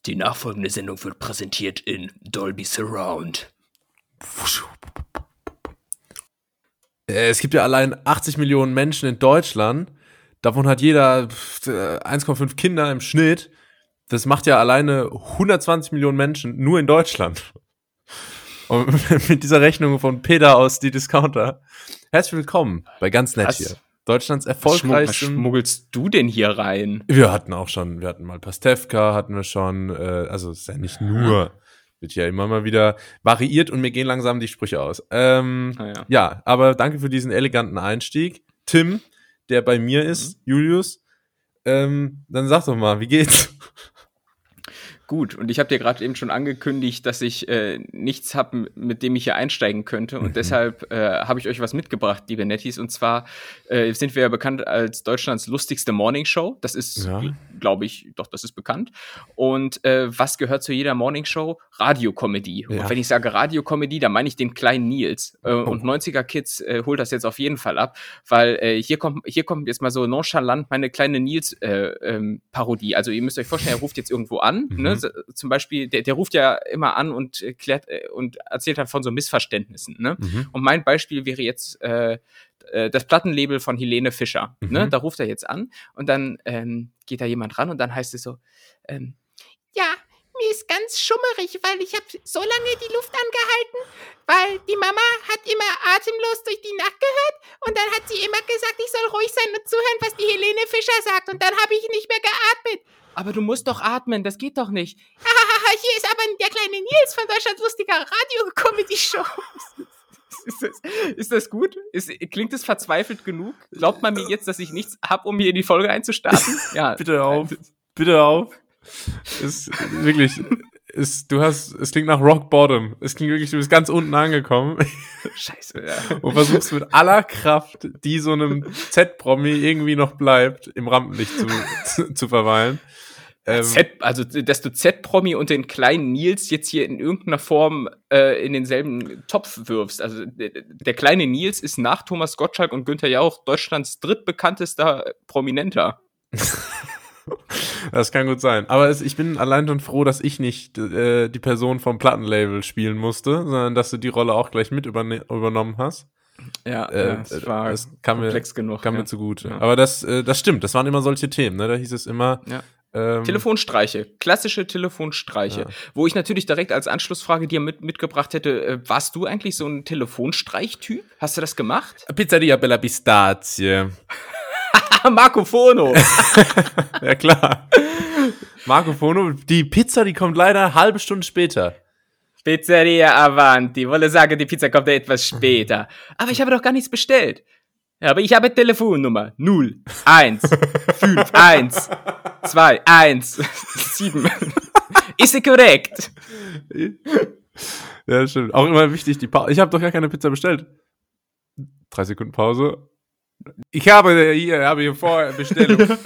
Die nachfolgende Sendung wird präsentiert in Dolby Surround. Es gibt ja allein 80 Millionen Menschen in Deutschland. Davon hat jeder 1,5 Kinder im Schnitt. Das macht ja alleine 120 Millionen Menschen nur in Deutschland. Und mit dieser Rechnung von Peter aus die Discounter. Herzlich willkommen bei Ganz Nett hier. Deutschlands erfolgreichsten. Was schmuggelst du denn hier rein? Wir hatten mal Pastewka, hatten wir schon. Also es ist ja nicht nur, wird ja immer mal wieder variiert und mir gehen langsam die Sprüche aus. Ja, aber danke für diesen eleganten Einstieg. Tim, der bei mir ist, Julius, dann sag doch mal, wie geht's? Gut, und ich habe dir gerade eben schon angekündigt, dass ich nichts habe, mit dem ich hier einsteigen könnte. Und deshalb habe ich euch was mitgebracht, liebe Netties. Und zwar sind wir ja bekannt als Deutschlands lustigste Morningshow. Das ist, glaube ich, doch, das ist bekannt. Und was gehört zu jeder Morningshow? Radiokomödie. Ja. Und wenn ich sage Radiokomödie, dann meine ich den kleinen Nils. Und 90er-Kids holt das jetzt auf jeden Fall ab, weil hier kommt jetzt mal so nonchalant meine kleine Nils-Parodie. Also ihr müsst euch vorstellen, er ruft jetzt irgendwo an, ne? Zum Beispiel, der ruft ja immer an und klärt und erzählt dann von so Missverständnissen. Ne? Und mein Beispiel wäre jetzt das Plattenlabel von Helene Fischer. Ne? Da ruft er jetzt an und dann geht da jemand ran und dann heißt es so, ja, mir ist ganz schummerig, weil ich habe so lange die Luft angehalten, weil die Mama hat immer atemlos durch die Nacht gehört und dann hat sie immer gesagt, ich soll ruhig sein und zuhören, was die Helene Fischer sagt und dann habe ich nicht mehr geatmet. Aber du musst doch atmen, das geht doch nicht. Hier ist aber der kleine Nils von Deutschlands lustiger Radio-Comedy-Show. Ist das gut? Klingt es verzweifelt genug? Glaubt man mir jetzt, dass ich nichts habe, um hier in die Folge einzustarten? Ja. Bitte auf. Bitte auf. Es klingt nach Rock Bottom. Es klingt wirklich, du bist ganz unten angekommen. Scheiße, ja. Und versuchst mit aller Kraft, die so einem Z-Promi irgendwie noch bleibt, im Rampenlicht zu verweilen. Also, dass du Z-Promi und den kleinen Nils jetzt hier in irgendeiner Form in denselben Topf wirfst. Also, der kleine Nils ist nach Thomas Gottschalk und Günther Jauch Deutschlands drittbekanntester Prominenter. Das kann gut sein. Aber ich bin allein schon froh, dass ich nicht die Person vom Plattenlabel spielen musste, sondern dass du die Rolle auch gleich mit übernommen hast. Ja, das war komplex genug. Kam mir zugute. Ja. Aber das stimmt, das waren immer solche Themen, ne? Da hieß es immer... Ja. Telefonstreiche, klassische Telefonstreiche. Wo ich natürlich direkt als Anschlussfrage dir mitgebracht hätte, warst du eigentlich so ein Telefonstreich-Typ? Hast du das gemacht? Pizzeria Bella Pistazie. Marco Fono. Ja, klar. Marco Fono, die Pizza, die kommt leider eine halbe Stunde später. Pizzeria Avanti. Wolle sagen, die Pizza kommt etwas später. Aber ich habe doch gar nichts bestellt. Ja, aber ich habe Telefonnummer 0, 1, 5, 1, 2, 1, 7. Ist sie korrekt? Ja, stimmt. Auch immer wichtig, die Pause. Ich habe doch gar keine Pizza bestellt. 3 Sekunden Pause. Ich habe hier vorher Bestellung.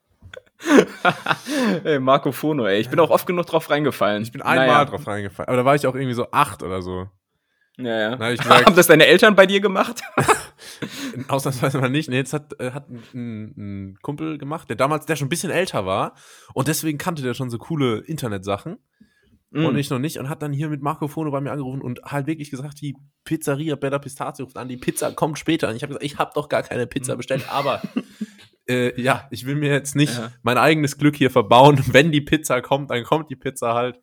Ey, Marco Fono, ey. Ich bin auch oft genug drauf reingefallen. Ich bin einmal drauf reingefallen. Aber da war ich auch irgendwie so 8 oder so. Ja. Gesagt, haben das deine Eltern bei dir gemacht? Ausnahmsweise mal nicht. Nee, jetzt hat ein Kumpel gemacht, der schon ein bisschen älter war. Und deswegen kannte der schon so coole Internetsachen. Und ich noch nicht. Und hat dann hier mit Marco Fono bei mir angerufen und halt wirklich gesagt, die Pizzeria Bella Pistazie ruft an, die Pizza kommt später. Und ich habe gesagt, ich habe doch gar keine Pizza bestellt. Aber ich will mir jetzt nicht mein eigenes Glück hier verbauen. Wenn die Pizza kommt, dann kommt die Pizza halt.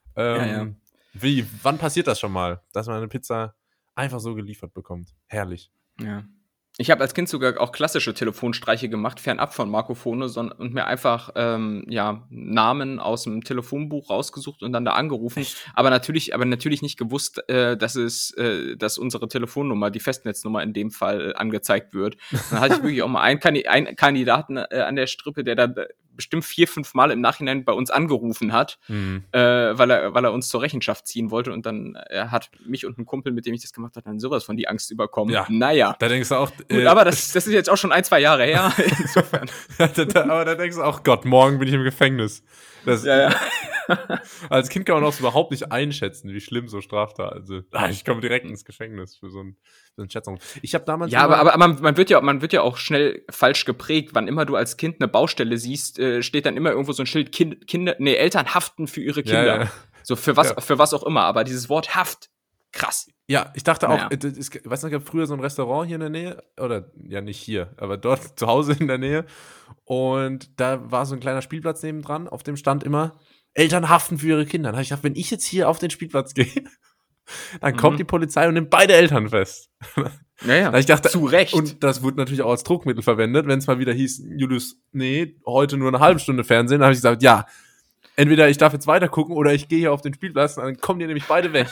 Wann passiert das schon mal, dass man eine Pizza einfach so geliefert bekommt? Herrlich. Ja. Ich habe als Kind sogar auch klassische Telefonstreiche gemacht, fernab von Marco Fono, und mir einfach Namen aus dem Telefonbuch rausgesucht und dann da angerufen. Aber natürlich nicht gewusst, dass unsere Telefonnummer, die Festnetznummer in dem Fall, angezeigt wird. Dann hatte ich wirklich auch mal einen Kandidaten an der Strippe, der da bestimmt 4-5 Mal im Nachhinein bei uns angerufen hat, weil er uns zur Rechenschaft ziehen wollte, und dann hat mich und ein Kumpel, mit dem ich das gemacht habe, dann sowas von die Angst überkommen. Ja. Naja. Da denkst du auch... Gut, aber das ist jetzt auch schon 1-2 Jahre her, insofern. Aber da denkst du auch, Gott, morgen bin ich im Gefängnis. Ja. Als Kind kann man auch so überhaupt nicht einschätzen, wie schlimm so Straftaten sind. Ich komme direkt ins Gefängnis für so einen Schätzung. Ich habe damals Ja, aber man wird ja auch schnell falsch geprägt. Wann immer du als Kind eine Baustelle siehst, steht dann immer irgendwo so ein Schild, Eltern haften für ihre Kinder. Ja. So für was auch immer. Aber dieses Wort Haft, krass. Ja, ich dachte Naja. auch, ich weiß nicht, gab früher so ein Restaurant hier in der Nähe, oder ja nicht hier, aber dort zu Hause in der Nähe. Und da war so ein kleiner Spielplatz nebendran, auf dem stand immer, Eltern haften für ihre Kinder. Da habe ich gedacht, wenn ich jetzt hier auf den Spielplatz gehe, dann kommt die Polizei und nimmt beide Eltern fest. Naja, Ich dachte, zu Recht. Und das wurde natürlich auch als Druckmittel verwendet, wenn es mal wieder hieß, Julius, nee, heute nur eine halbe Stunde Fernsehen. Dann habe ich gesagt, ja, entweder ich darf jetzt weiter gucken oder ich gehe hier auf den Spielplatz und dann kommen die nämlich beide weg.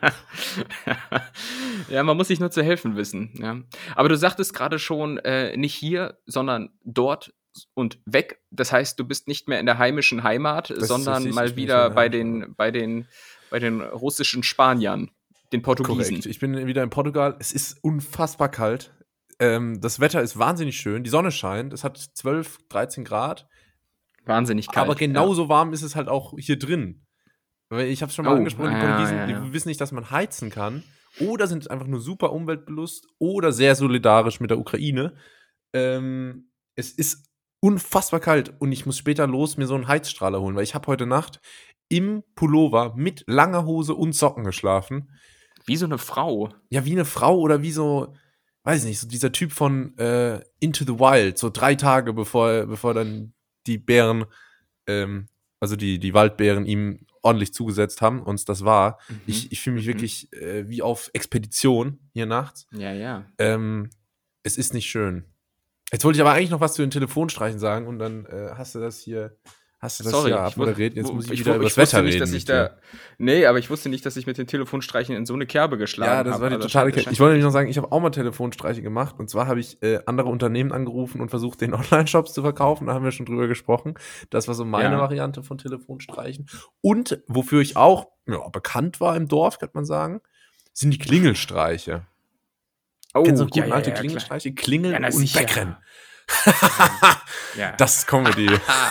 Ja, man muss sich nur zu helfen wissen. Ja. Aber du sagtest gerade schon, nicht hier, sondern dort und weg. Das heißt, du bist nicht mehr in der heimischen Heimat, sondern mal wieder bei den russischen Spaniern, den Portugiesen. Korrekt. Ich bin wieder in Portugal. Es ist unfassbar kalt. Das Wetter ist wahnsinnig schön. Die Sonne scheint. Es hat 12, 13 Grad. Wahnsinnig kalt. Aber genauso warm ist es halt auch hier drin. Weil ich habe es schon mal angesprochen, die Portugiesen, die wissen nicht, dass man heizen kann. Oder sind einfach nur super umweltbewusst oder sehr solidarisch mit der Ukraine. Es ist unfassbar kalt und ich muss später mir so einen Heizstrahler holen, weil ich habe heute Nacht im Pullover mit langer Hose und Socken geschlafen. Wie so eine Frau. Ja, wie eine Frau oder wie so, weiß ich nicht, so dieser Typ von Into the Wild, so 3 Tage bevor dann die Bären, also die Waldbären ihm ordentlich zugesetzt haben, uns das war. Ich fühle mich wirklich wie auf Expedition hier nachts. Ja. Es ist nicht schön. Jetzt wollte ich aber eigentlich noch was zu den Telefonstreichen sagen und dann hast du das hier abmoderiert. Jetzt muss ich wieder über das Wetter reden. Nee, aber ich wusste nicht, dass ich mit den Telefonstreichen in so eine Kerbe geschlagen habe. Ja, das war die totale Kerbe. Ich wollte nämlich noch sagen, ich habe auch mal Telefonstreiche gemacht und zwar habe ich andere Unternehmen angerufen und versucht, den Online-Shops zu verkaufen. Da haben wir schon drüber gesprochen. Das war so meine Variante von Telefonstreichen. Und wofür ich auch bekannt war im Dorf, kann man sagen, sind die Klingelstreiche. Oh, kennst du noch guten alte Klingelstreiche? Klingeln und Wegrennen. Ja. Das ist Comedy.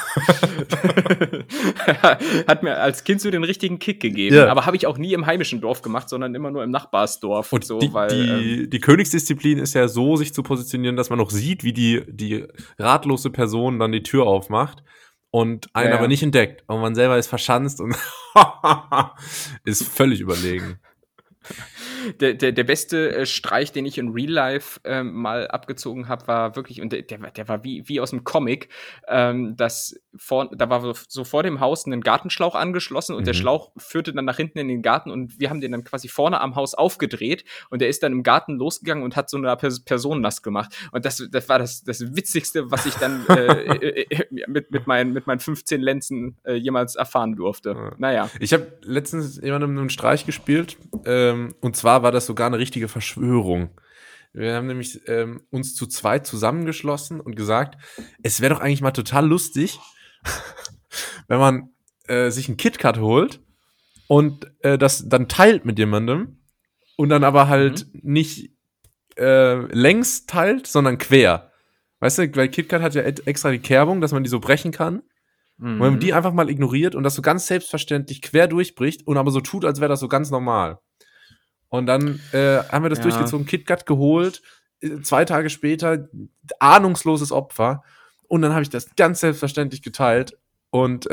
Hat mir als Kind so den richtigen Kick gegeben. Ja. Aber habe ich auch nie im heimischen Dorf gemacht, sondern immer nur im Nachbarsdorf. Und so, die Königsdisziplin ist ja so, sich zu positionieren, dass man noch sieht, wie die ratlose Person dann die Tür aufmacht und einen aber nicht entdeckt. Und man selber ist verschanzt und ist völlig überlegen. Der beste Streich, den ich in Real Life mal abgezogen habe, war wirklich, und der war wie aus dem Comic, da war so vor dem Haus ein Gartenschlauch angeschlossen und der Schlauch führte dann nach hinten in den Garten und wir haben den dann quasi vorne am Haus aufgedreht und der ist dann im Garten losgegangen und hat so eine Person nass gemacht. Und das war das Witzigste, was ich dann mit meinen 15 Lenzen jemals erfahren durfte. Ja. Naja. Ich habe letztens jemandem einen Streich gespielt, und zwar war das sogar eine richtige Verschwörung. Wir haben nämlich uns zu zweit zusammengeschlossen und gesagt, es wäre doch eigentlich mal total lustig, wenn man sich einen KitKat holt und das dann teilt mit jemandem und dann aber halt nicht längs teilt, sondern quer. Weißt du, weil KitKat hat ja extra die Kerbung, dass man die so brechen kann. Und wenn man die einfach mal ignoriert und das so ganz selbstverständlich quer durchbricht und aber so tut, als wäre das so ganz normal. Und dann haben wir das durchgezogen, KitKat geholt, 2 Tage später, ahnungsloses Opfer. Und dann habe ich das ganz selbstverständlich geteilt. Und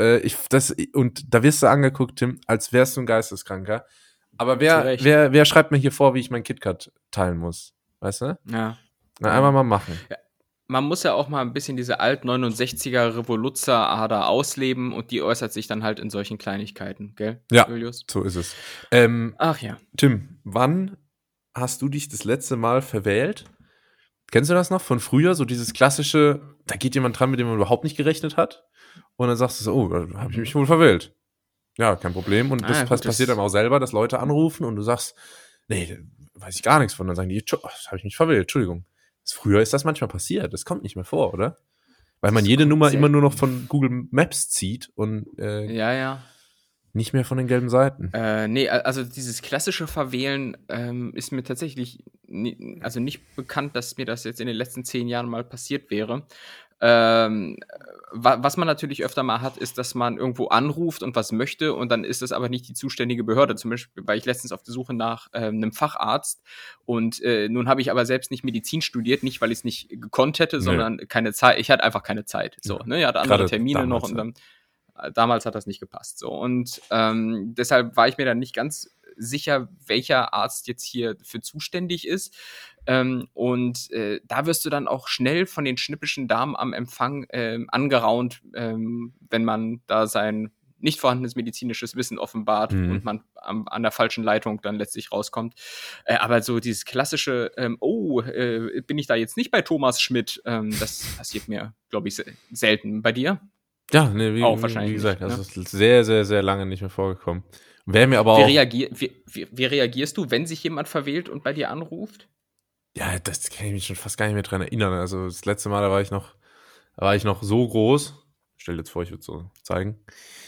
da wirst du angeguckt, Tim, als wärst du ein Geisteskranker. Aber wer schreibt mir hier vor, wie ich mein KitKat teilen muss? Weißt du? Ja. Na, einmal mal machen. Ja. Man muss ja auch mal ein bisschen diese Alt-69er Revoluzzer-Ader ausleben und die äußert sich dann halt in solchen Kleinigkeiten, gell, ja, Julius? So ist es. Ach ja. Tim, wann hast du dich das letzte Mal verwählt? Kennst du das noch von früher? So dieses klassische, da geht jemand dran, mit dem man überhaupt nicht gerechnet hat und dann sagst du so, oh, da habe ich mich wohl verwählt. Ja, kein Problem. Und das passiert dann auch selber, dass Leute anrufen und du sagst, nee, da weiß ich gar nichts von. Dann sagen die, das habe ich mich verwählt, Entschuldigung. Früher ist das manchmal passiert. Das kommt nicht mehr vor, oder? Weil man jede Nummer immer nur noch von Google Maps zieht und nicht mehr von den gelben Seiten. Nee, also dieses klassische Verwählen ist mir tatsächlich nicht bekannt, dass mir das jetzt in den letzten 10 Jahren mal passiert wäre. Was man natürlich öfter mal hat, ist, dass man irgendwo anruft und was möchte und dann ist das aber nicht die zuständige Behörde. Zum Beispiel war ich letztens auf der Suche nach einem Facharzt und nun habe ich aber selbst nicht Medizin studiert, nicht weil ich es nicht gekonnt hätte, sondern keine Zeit. Ich hatte einfach keine Zeit. So, ne? Ich hatte andere Termine noch und dann damals hat das nicht gepasst. So und deshalb war ich mir dann nicht ganz sicher, welcher Arzt jetzt hier für zuständig ist. Da wirst du dann auch schnell von den schnippischen Damen am Empfang angeraunt, wenn man da sein nicht vorhandenes medizinisches Wissen offenbart und man an der falschen Leitung dann letztlich rauskommt. Aber so dieses klassische, bin ich da jetzt nicht bei Thomas Schmidt, das passiert mir, glaube ich, selten. Bei dir? Ja, nee, wie gesagt, das ist sehr, sehr, sehr lange nicht mehr vorgekommen. Wäre mir aber wie reagierst du, wenn sich jemand verwählt und bei dir anruft? Ja, das kann ich mich schon fast gar nicht mehr dran erinnern. Also das letzte Mal, da war ich noch so groß. Stell dir jetzt vor, ich würde so zeigen.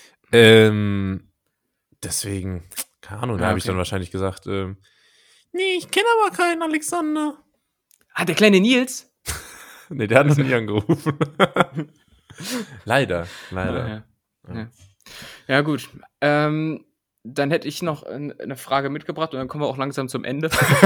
Deswegen, keine Ahnung, da habe ich dann wahrscheinlich gesagt, nee, ich kenne aber keinen Alexander. Ah, der kleine Nils? Nee, der hat noch nie angerufen. Leider. Ja, gut. Dann hätte ich noch eine Frage mitgebracht und dann kommen wir auch langsam zum Ende.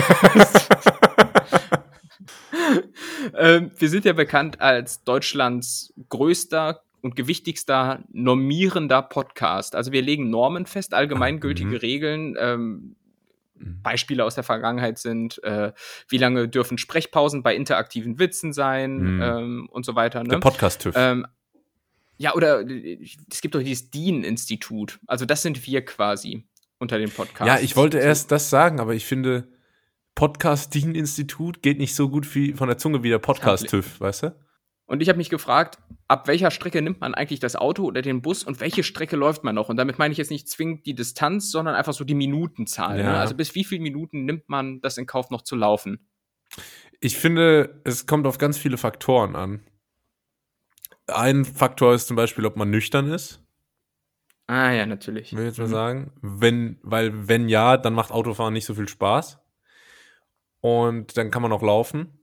Wir sind ja bekannt als Deutschlands größter und gewichtigster normierender Podcast. Also wir legen Normen fest, allgemeingültige Regeln. Beispiele aus der Vergangenheit sind, wie lange dürfen Sprechpausen bei interaktiven Witzen sein und so weiter. Ne? Der Podcast-TÜV. Ja, oder es gibt doch dieses DIN-Institut. Also das sind wir quasi unter den Podcasts. Ja, ich wollte erst das sagen, aber ich finde, Podcast-DIN-Institut geht nicht so gut von der Zunge wie der Podcast-TÜV, weißt du? Und ich habe mich gefragt, ab welcher Strecke nimmt man eigentlich das Auto oder den Bus und welche Strecke läuft man noch? Und damit meine ich jetzt nicht zwingend die Distanz, sondern einfach so die Minutenzahl. Ja. Ne? Also bis wie viele Minuten nimmt man das in Kauf noch zu laufen? Ich finde, es kommt auf ganz viele Faktoren an. Ein Faktor ist zum Beispiel, ob man nüchtern ist. Ah ja, natürlich. Will ich jetzt mal sagen. Wenn ja, dann macht Autofahren nicht so viel Spaß. Und dann kann man auch laufen.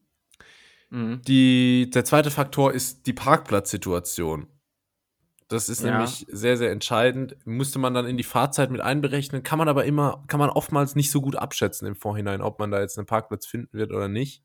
Der zweite Faktor ist die Parkplatzsituation. Das ist nämlich sehr, sehr entscheidend. Müsste man dann in die Fahrzeit mit einberechnen, kann man oftmals nicht so gut abschätzen im Vorhinein, ob man da jetzt einen Parkplatz finden wird oder nicht.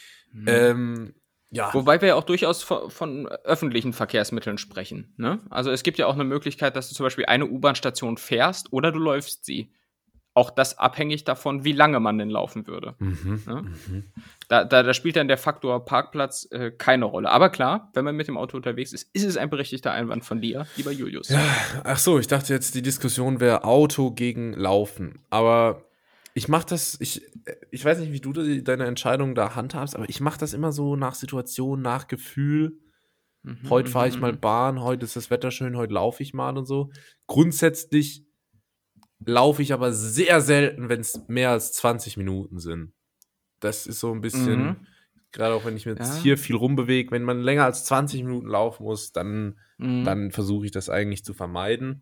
Ja. Wobei wir ja auch durchaus von öffentlichen Verkehrsmitteln sprechen. Ne? Also es gibt ja auch eine Möglichkeit, dass du zum Beispiel eine U-Bahn-Station fährst oder du läufst sie. Auch das abhängig davon, wie lange man denn laufen würde. Ne? Da spielt dann der Faktor Parkplatz keine Rolle. Aber klar, wenn man mit dem Auto unterwegs ist, ist es ein berechtigter Einwand von dir, lieber Julius. Ja, ach so, ich dachte jetzt, die Diskussion wäre Auto gegen Laufen. Aber ich mache das, ich weiß nicht, wie du deine Entscheidung da handhabst, aber ich mache das immer so nach Situation, nach Gefühl. Heute fahre ich mal Bahn, heute ist das Wetter schön, heute laufe ich mal und so. Grundsätzlich laufe ich aber sehr selten, wenn es mehr als 20 Minuten sind. Das ist so ein bisschen, gerade auch wenn ich mir jetzt hier viel rumbewege, wenn man länger als 20 Minuten laufen muss, dann versuche ich das eigentlich zu vermeiden.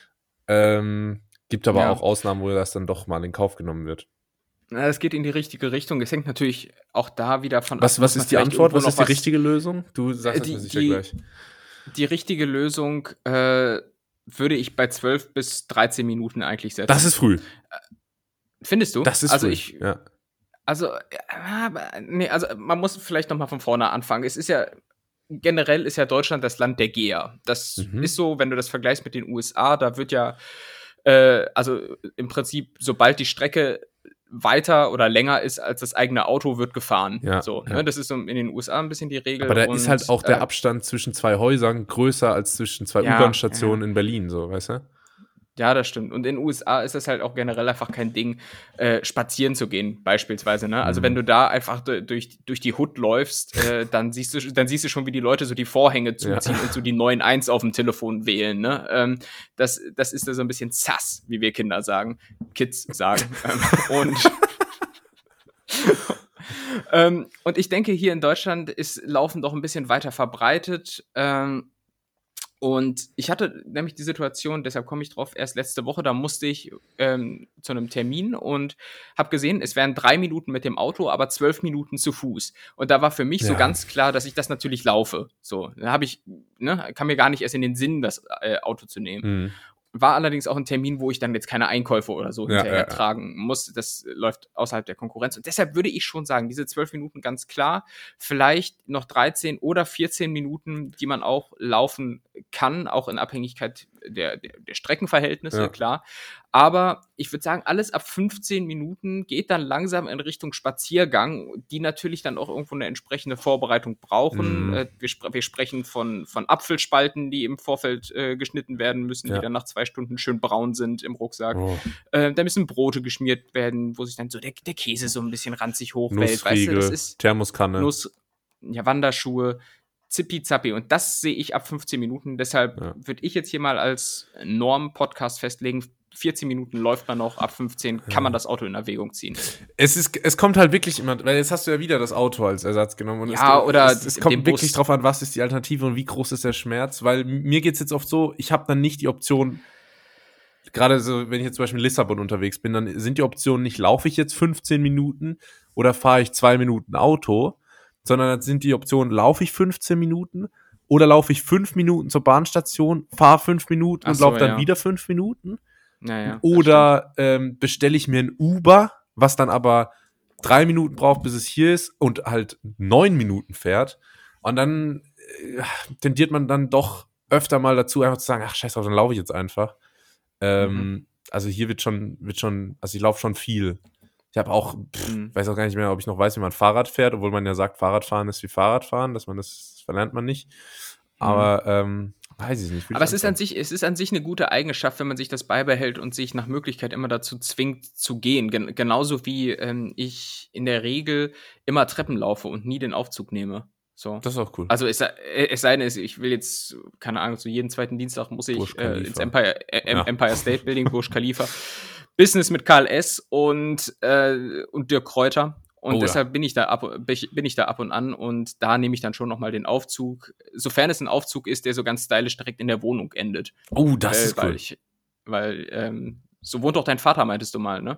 Gibt aber auch Ausnahmen, wo das dann doch mal in Kauf genommen wird. Na, es geht in die richtige Richtung. Es hängt natürlich auch da wieder von ab. Was ist die Antwort? Was ist die richtige Lösung? Du sagst es mir sicher gleich. Die richtige Lösung würde ich bei 12 bis 13 Minuten eigentlich setzen. Das ist früh. Findest du? Das ist also früh, ja. Also man muss vielleicht noch mal von vorne anfangen. Es ist ja generell ist ja Deutschland das Land der Geher. Das ist so, wenn du das vergleichst mit den USA, da wird ja also im Prinzip, sobald die Strecke weiter oder länger ist als das eigene Auto, wird gefahren. Ja, so, ne? Das ist so in den USA ein bisschen die Regel. Aber da ist halt auch der Abstand zwischen zwei Häusern größer als zwischen zwei U-Bahn-Stationen in Berlin, so, weißt du? Ja, das stimmt. Und in den USA ist das halt auch generell einfach kein Ding, spazieren zu gehen, beispielsweise. Ne? Also wenn du da einfach durch die Hood läufst, dann siehst du schon, wie die Leute so die Vorhänge zuziehen und so die 9-1 auf dem Telefon wählen. Ne? Das ist da so ein bisschen sass, wie wir Kids sagen. Und ich denke, hier in Deutschland ist Laufen doch ein bisschen weiter verbreitet. Und ich hatte nämlich die Situation, deshalb komme ich drauf, erst letzte Woche, da musste ich zu einem Termin und habe gesehen, es wären 3 Minuten mit dem Auto, aber 12 Minuten zu Fuß. Und da war für mich so ganz klar, dass ich das natürlich laufe. So, da habe ich, kam mir gar nicht erst in den Sinn, das Auto zu nehmen. War allerdings auch ein Termin, wo ich dann jetzt keine Einkäufe oder so hinterher tragen muss. Das läuft außerhalb der Konkurrenz. Und deshalb würde ich schon sagen, diese 12 Minuten ganz klar, vielleicht noch 13 oder 14 Minuten, die man auch laufen kann, auch in Abhängigkeit der Streckenverhältnisse, klar. Aber ich würde sagen, alles ab 15 Minuten geht dann langsam in Richtung Spaziergang, die natürlich dann auch irgendwo eine entsprechende Vorbereitung brauchen. Wir sprechen von Apfelspalten, die im Vorfeld geschnitten werden müssen, die dann nach 2 Stunden schön braun sind im Rucksack. Da müssen Brote geschmiert werden, wo sich dann so der Käse so ein bisschen ranzig hochwälzt. Nussriegel, weißt du, das ist Thermoskanne. Wanderschuhe, Zippi-Zappi. Und das sehe ich ab 15 Minuten. Deshalb würde ich jetzt hier mal als Norm-Podcast festlegen, 14 Minuten läuft man noch, ab 15 kann man das Auto in Erwägung ziehen. Es kommt halt wirklich immer, weil jetzt hast du ja wieder das Auto als Ersatz genommen. Und es kommt wirklich drauf an, was ist die Alternative und wie groß ist der Schmerz, weil mir geht's jetzt oft so, ich habe dann nicht die Option, gerade so, wenn ich jetzt zum Beispiel in Lissabon unterwegs bin, dann sind die Optionen nicht, laufe ich jetzt 15 Minuten oder fahre ich 2 Minuten Auto, sondern dann sind die Optionen, laufe ich 15 Minuten oder laufe ich 5 Minuten zur Bahnstation, fahre 5 Minuten und laufe dann wieder 5 Minuten. Oder bestelle ich mir ein Uber, was dann aber 3 Minuten braucht, bis es hier ist und halt 9 Minuten fährt. Und dann tendiert man dann doch öfter mal dazu, einfach zu sagen, ach scheiß drauf, dann laufe ich jetzt einfach. Also hier wird schon, also ich laufe schon viel. Ich habe auch, weiß auch gar nicht mehr, ob ich noch weiß, wie man Fahrrad fährt, obwohl man ja sagt, Fahrradfahren ist wie Fahrradfahren, das verlernt man nicht. Aber weiß ich nicht. Aber es ist an sich eine gute Eigenschaft, wenn man sich das beibehält und sich nach Möglichkeit immer dazu zwingt zu gehen. Genauso wie ich in der Regel immer Treppen laufe und nie den Aufzug nehme. So. Das ist auch cool. Also es sei denn, ich will jetzt, keine Ahnung, so jeden zweiten Dienstag muss ich ins Empire State Building, Burj Khalifa, Business mit Karl S. und Dirk Kräuter. Und deshalb bin ich da ab und an und da nehme ich dann schon nochmal den Aufzug, sofern es ein Aufzug ist, der so ganz stylisch direkt in der Wohnung endet. Oh, das ist cool. Weil so wohnt auch dein Vater, meintest du mal, ne?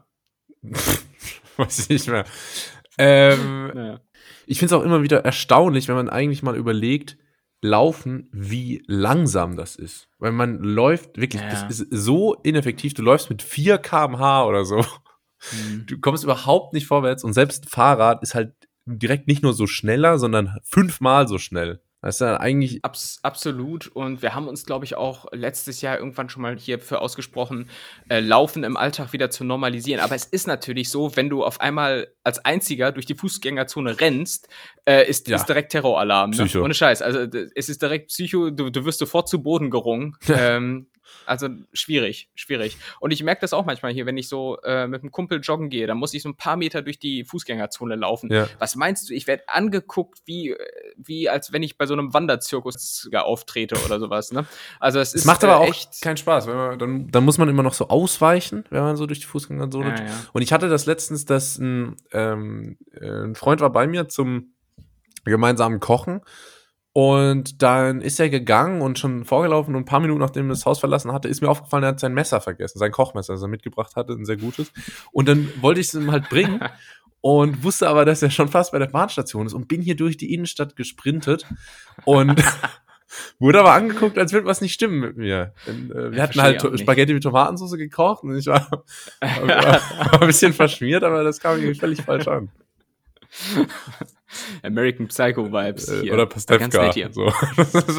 Weiß ich nicht mehr. Ich finde es auch immer wieder erstaunlich, wenn man eigentlich mal überlegt, Laufen, wie langsam das ist. Weil man läuft wirklich, das ist so ineffektiv, du läufst mit 4 km/h oder so. Du kommst überhaupt nicht vorwärts und selbst ein Fahrrad ist halt direkt nicht nur so schneller, sondern 5-mal so schnell. Das ist ja eigentlich absolut. Und wir haben uns, glaube ich, auch letztes Jahr irgendwann schon mal hierfür ausgesprochen, Laufen im Alltag wieder zu normalisieren. Aber es ist natürlich so, wenn du auf einmal als Einziger durch die Fußgängerzone rennst, ist direkt Terroralarm. Ne? Ohne Scheiß. Also es ist direkt Psycho, du wirst sofort zu Boden gerungen. Also schwierig. Und ich merke das auch manchmal hier, wenn ich so mit einem Kumpel joggen gehe, dann muss ich so ein paar Meter durch die Fußgängerzone laufen. Ja. Was meinst du? Ich werde angeguckt, wie als wenn ich bei so einem Wanderzirkus auftrete oder sowas. Ne? Also es macht aber auch echt keinen Spaß. Dann muss man immer noch so ausweichen, wenn man so durch die Fußgängerzone. Ja. Und ich hatte das letztens, dass ein Freund war bei mir zum gemeinsamen Kochen. Und dann ist er gegangen und schon vorgelaufen und ein paar Minuten, nachdem er das Haus verlassen hatte, ist mir aufgefallen, er hat sein Messer vergessen, sein Kochmesser, das er mitgebracht hatte, ein sehr gutes. Und dann wollte ich es ihm halt bringen und wusste aber, dass er schon fast bei der Bahnstation ist und bin hier durch die Innenstadt gesprintet und wurde aber angeguckt, als würde was nicht stimmen mit mir. Denn, wir hatten halt Spaghetti mit Tomatensauce gekocht und ich war ein bisschen verschmiert, aber das kam irgendwie völlig falsch an. American Psycho Vibes hier. Oder Pastewka. So. Das ist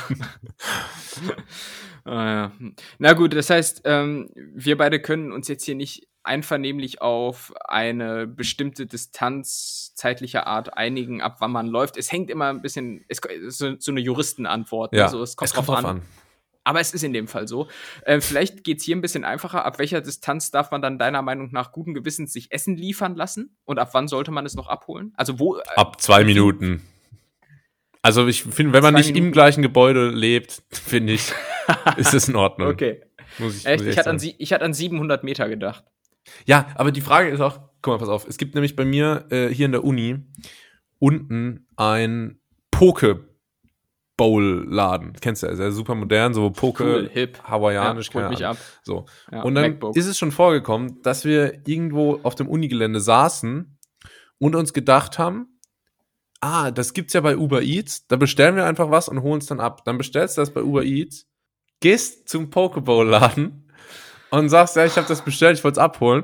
ja. Na gut, das heißt, wir beide können uns jetzt hier nicht einvernehmlich auf eine bestimmte Distanz zeitlicher Art einigen, ab wann man läuft. Es hängt immer ein bisschen, so eine Juristenantwort. Ja, also es kommt drauf an. Aber es ist in dem Fall so. Vielleicht geht's hier ein bisschen einfacher. Ab welcher Distanz darf man dann deiner Meinung nach guten Gewissens sich Essen liefern lassen? Und ab wann sollte man es noch abholen? Also wo? Ab 2 Minuten. Also ich finde, wenn man nicht im gleichen Gebäude lebt, finde ich, ist es in Ordnung. Okay. Ich hatte an 700 Meter gedacht. Ja, aber die Frage ist auch, guck mal, pass auf. Es gibt nämlich bei mir hier in der Uni unten ein Bowl-Laden. Kennst du ja, sehr super modern, so Poke, Cool, hip. hawaiianisch, Holt mich ab. So. Ja, Und dann MacBook. ist es schon vorgekommen, dass wir irgendwo auf dem Unigelände saßen und uns gedacht haben, das gibt's ja bei Uber Eats, da bestellen wir einfach was und holen es dann ab. Dann bestellst du das bei Uber Eats, gehst zum Pokeball-Laden und sagst, ja, ich habe das bestellt, ich wollte es abholen.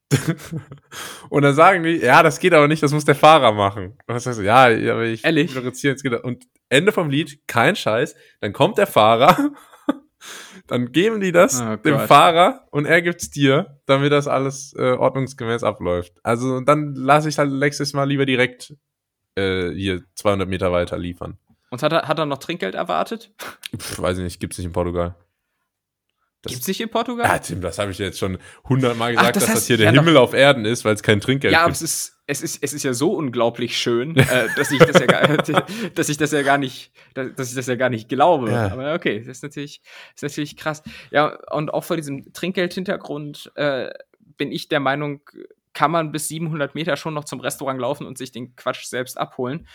Und dann sagen die, ja, das geht aber nicht, das muss der Fahrer machen. Und dann sagst du, ja, aber ich Ehrlich? jetzt geht. Und Ende vom Lied, kein Scheiß, dann kommt der Fahrer, dann geben die das dem Fahrer und er gibt's dir, damit das alles ordnungsgemäß abläuft. Also dann lasse ich halt nächstes Mal lieber direkt hier 200 Meter weiter liefern. Und hat er noch Trinkgeld erwartet? Weiß ich nicht, gibt's nicht in Portugal. Gibt's nicht in Portugal? Ja, Tim, das habe ich dir jetzt schon 100-mal gesagt, das dass heißt, das hier der Himmel auf Erden ist, weil es kein Trinkgeld Ja, aber gibt. es ist ja so unglaublich schön, dass ich das ja gar nicht glaube. Ja. Aber okay, das ist natürlich krass. Ja, und auch vor diesem Trinkgeld-Hintergrund bin ich der Meinung, kann man bis 700 Meter schon noch zum Restaurant laufen und sich den Quatsch selbst abholen.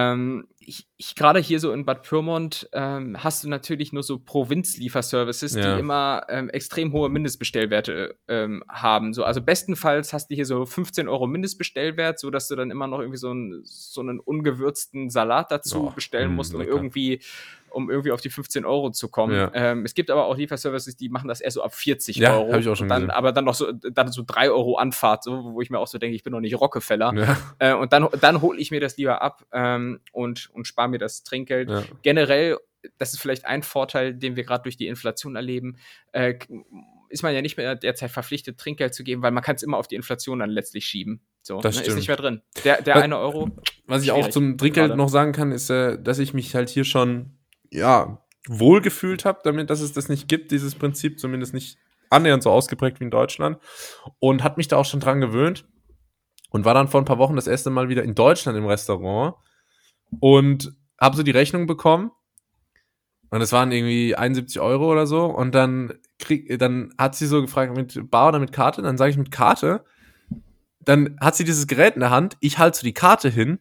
Ich gerade hier so in Bad Pyrmont hast du natürlich nur so Provinzlieferservices, die immer extrem hohe Mindestbestellwerte haben. So, also bestenfalls hast du hier so 15 € Mindestbestellwert, so dass du dann immer noch irgendwie so einen ungewürzten Salat dazu bestellen musst, um irgendwie auf die 15 € zu kommen. Ja. Es gibt aber auch Lieferservices, die machen das eher so ab 40 €. Hab ich auch schon gesehen. Aber dann noch so 3 € Anfahrt, so, wo ich mir auch so denke, ich bin noch nicht Rockefeller. Ja. Und dann hole ich mir das lieber ab und spare mir das Trinkgeld. Ja. Generell, das ist vielleicht ein Vorteil, den wir gerade durch die Inflation erleben, ist man ja nicht mehr derzeit verpflichtet, Trinkgeld zu geben, weil man kann es immer auf die Inflation dann letztlich schieben. So, das stimmt. Ist nicht mehr drin. Der 1 €. Was ich auch zum Trinkgeld noch sagen kann, ist, dass ich mich halt hier schon wohl gefühlt habe, damit, dass es das nicht gibt, dieses Prinzip, zumindest nicht annähernd so ausgeprägt wie in Deutschland, und hat mich da auch schon dran gewöhnt und war dann vor ein paar Wochen das erste Mal wieder in Deutschland im Restaurant und habe so die Rechnung bekommen und es waren irgendwie 71 € oder so und dann hat sie so gefragt, mit Bar oder mit Karte? Dann sage ich mit Karte. Dann hat sie dieses Gerät in der Hand, ich halte so die Karte hin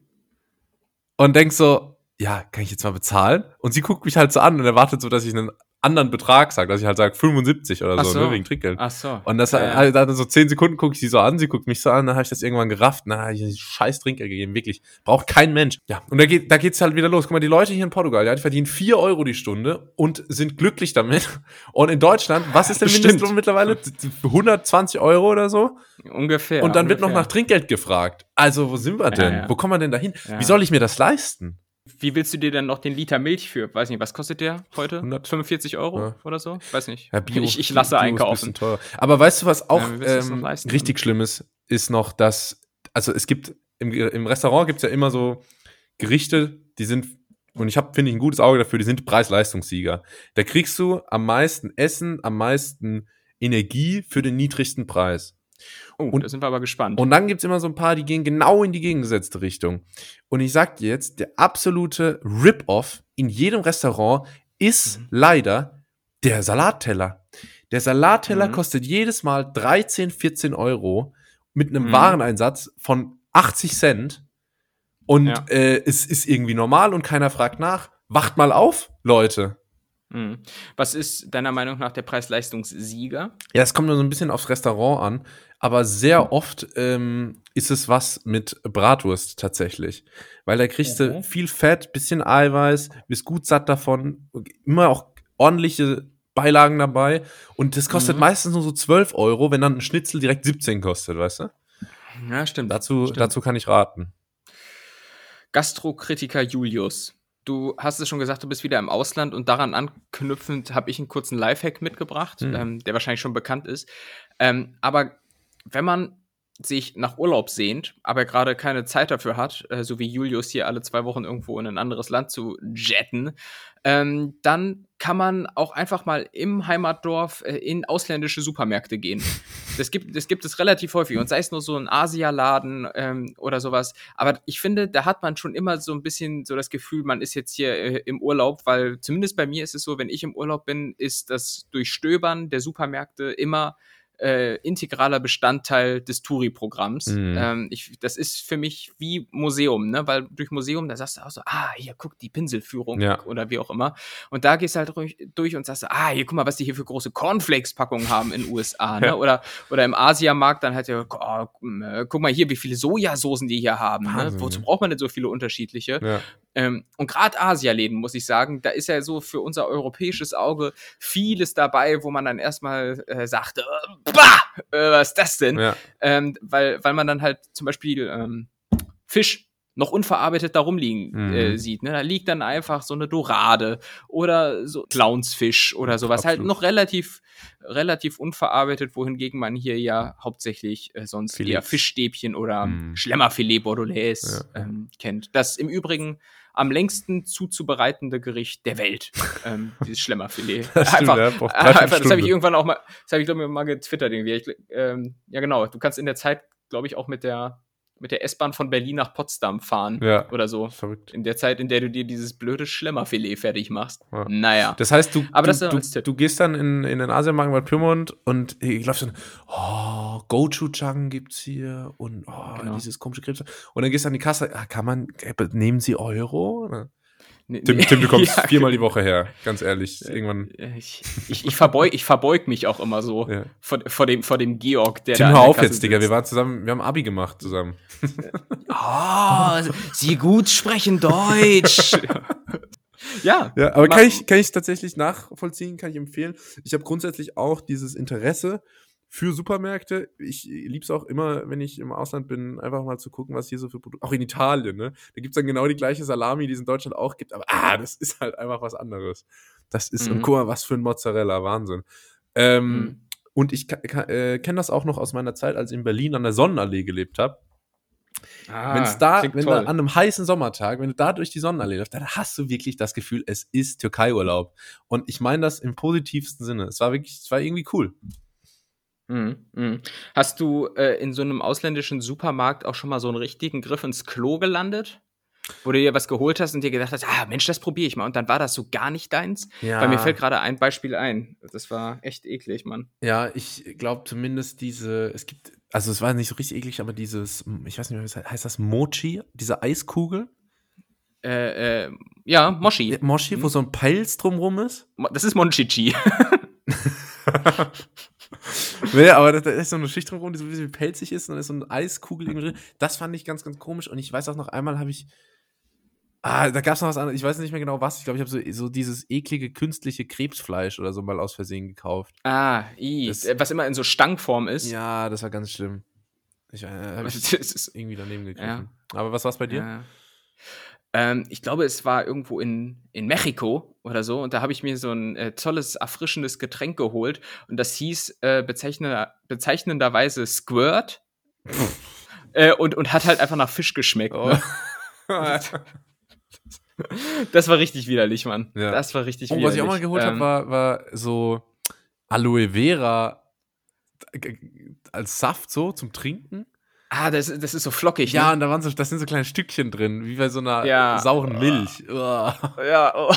und denk so, ja, kann ich jetzt mal bezahlen? Und sie guckt mich halt so an und erwartet so, dass ich einen anderen Betrag sage, dass ich halt sage 75 oder so, ne, wegen Trinkgeld. Ach so. Und das halt dann so 10 Sekunden gucke ich sie so an, sie guckt mich so an, dann habe ich das irgendwann gerafft, dann habe ich einen scheiß Trinkgeld gegeben, wirklich. Braucht kein Mensch. Ja, und da geht's halt wieder los. Guck mal, die Leute hier in Portugal, die verdienen 4 € die Stunde und sind glücklich damit. Und in Deutschland, was ist der Mindestlohn mittlerweile? 120 € oder so? Ungefähr. Und dann wird noch nach Trinkgeld gefragt. Also, wo sind wir denn? Ja. Wo kommen wir denn da hin? Ja. Wie soll ich mir das leisten? Wie willst du dir denn noch den Liter Milch für? Weiß nicht, was kostet der heute? 145 € oder so? Weiß nicht. Ja, Bio, ich lasse Bio einkaufen. Teurer. Aber weißt du, was auch richtig schlimm ist noch, dass, also es gibt, im Restaurant gibt es ja immer so Gerichte, die sind, und ich habe, finde ich, ein gutes Auge dafür, die sind Preis-Leistungssieger. Da kriegst du am meisten Essen, am meisten Energie für den niedrigsten Preis. Und da sind wir aber gespannt. Und dann gibt's immer so ein paar, die gehen genau in die gegengesetzte Richtung. Und ich sag dir jetzt, der absolute Rip-Off in jedem Restaurant ist leider der Salatteller. Der Salatteller kostet jedes Mal 13, 14 € mit einem Wareneinsatz von 80 Cent. Und es ist irgendwie normal und keiner fragt nach. Wacht mal auf, Leute. Was ist deiner Meinung nach der Preis-Leistungssieger? Ja, es kommt nur so ein bisschen aufs Restaurant an, aber sehr oft ist es was mit Bratwurst tatsächlich. Weil da kriegst du viel Fett, bisschen Eiweiß, bist gut satt davon, immer auch ordentliche Beilagen dabei und das kostet meistens nur so 12 €, wenn dann ein Schnitzel direkt 17 kostet, weißt du? Ja, stimmt. Dazu kann ich raten. Gastrokritiker Julius. Du hast es schon gesagt, du bist wieder im Ausland und daran anknüpfend habe ich einen kurzen Lifehack mitgebracht, der wahrscheinlich schon bekannt ist. Aber wenn man sich nach Urlaub sehnt, aber gerade keine Zeit dafür hat, so wie Julius hier alle 2 Wochen irgendwo in ein anderes Land zu jetten, dann kann man auch einfach mal im Heimatdorf in ausländische Supermärkte gehen. Das gibt es relativ häufig und sei es nur so ein Asialaden oder sowas. Aber ich finde, da hat man schon immer so ein bisschen so das Gefühl, man ist jetzt hier im Urlaub, weil zumindest bei mir ist es so, wenn ich im Urlaub bin, ist das Durchstöbern der Supermärkte immer integraler Bestandteil des Touri-Programms. Mhm. Das ist für mich wie Museum, ne? Weil durch Museum, da sagst du auch so, hier, guck, die Pinselführung Ja. oder wie auch immer. Und da gehst du halt durch und sagst, hier, guck mal, was die hier für große Cornflakes-Packungen haben in den USA, ne? Oder im Asiamarkt dann halt, guck mal hier, wie viele Sojasoßen die hier haben, ne? Wahnsinn, Wozu ne? braucht man denn so viele unterschiedliche? Ja. Und gerade Asialäden, muss ich sagen, da ist ja so für unser europäisches Auge vieles dabei, wo man dann erstmal sagt, was ist das denn? Ja. Weil man dann halt zum Beispiel Fisch noch unverarbeitet da rumliegen sieht. Ne? Da liegt dann einfach so eine Dorade oder so Clownsfisch oder sowas. Absolut. Halt noch relativ unverarbeitet, wohingegen man hier ja hauptsächlich sonst Filets. eher Fischstäbchen oder Schlemmerfilet Bordelaise kennt. Das im Übrigen am längsten zuzubereitende Gericht der Welt, dieses Schlemmerfilet. Das stimmt, ja, braucht 3-4 Das habe ich Stunden. irgendwann auch mal, glaube ich, mal getwittert irgendwie. Ja, genau. Du kannst in der Zeit, glaube ich, auch mit der S-Bahn von Berlin nach Potsdam fahren Ja. oder so. Verrückt. In der Zeit, in der du dir dieses blöde Schlemmerfilet fertig machst. Ja. Naja. Das heißt, du gehst dann in den Asiamarkt in Bad Pyrmont und ich läufst dann, Gochujang gibt's hier und Genau. dieses komische Krebs. Und dann gehst du an die Kasse, nehmen Sie Euro? Oder? Nee, Tim, du kommst 4-mal die Woche her, ganz ehrlich. Irgendwann. Ich verbeug mich auch immer so Ja. vor dem Georg, der Tim, da hör an der auf Kasse jetzt, Digga. sitzt. Wir haben Abi gemacht zusammen. Sie gut sprechen Deutsch. Ja, aber kann ich tatsächlich nachvollziehen, kann ich empfehlen. Ich habe grundsätzlich auch dieses Interesse für Supermärkte. Ich liebe es auch immer, wenn ich im Ausland bin, einfach mal zu gucken, was hier so für Produkte, auch in Italien, ne? Da gibt es dann genau die gleiche Salami, die es in Deutschland auch gibt, aber das ist halt einfach was anderes. Das ist, und guck mal, was für ein Mozzarella, Wahnsinn. Und ich kenne das auch noch aus meiner Zeit, als ich in Berlin an der Sonnenallee gelebt habe. Wenn da an einem heißen Sommertag, wenn du da durch die Sonnenallee läufst, dann hast du wirklich das Gefühl, es ist Türkei-Urlaub. Und ich meine das im positivsten Sinne. Es war irgendwie cool. Hast du in so einem ausländischen Supermarkt auch schon mal so einen richtigen Griff ins Klo gelandet? Wo du dir was geholt hast und dir gedacht hast, Mensch, das probiere ich mal. Und dann war das so gar nicht deins? Ja. Weil mir fällt gerade ein Beispiel ein. Das war echt eklig, Mann. Ja, ich glaube zumindest es war nicht so richtig eklig, aber dieses, ich weiß nicht mehr, heißt das Mochi? Diese Eiskugel? Ja, Mochi. Mochi, wo so ein Pelz drumrum ist? Das ist Monchichi. Nee, aber da ist so eine Schicht drumrum, die so ein bisschen pelzig ist und da ist so eine Eiskugel irgendwie drin. Das fand ich ganz, ganz komisch und ich weiß auch noch einmal habe ich da gab es noch was anderes, ich weiß nicht mehr genau was. Ich glaube, ich habe so dieses eklige, künstliche Krebsfleisch oder so mal aus Versehen gekauft. Was immer in so Stangform ist. Ja, das war ganz schlimm. Habe ich irgendwie daneben gegriffen. Ja. Aber was war's bei dir? Ich glaube, es war irgendwo in Mexiko oder so. Und da habe ich mir so ein tolles, erfrischendes Getränk geholt. Und das hieß bezeichnenderweise Squirt. Und hat halt einfach nach Fisch geschmeckt. Oh. Ne? Das war richtig widerlich, Mann. Ja. Das war richtig widerlich. Was ich auch mal geholt habe, war so Aloe Vera als Saft so zum Trinken. Das ist so flockig. Ja, ne? und das sind so kleine Stückchen drin, wie bei so einer sauren Milch. Ja.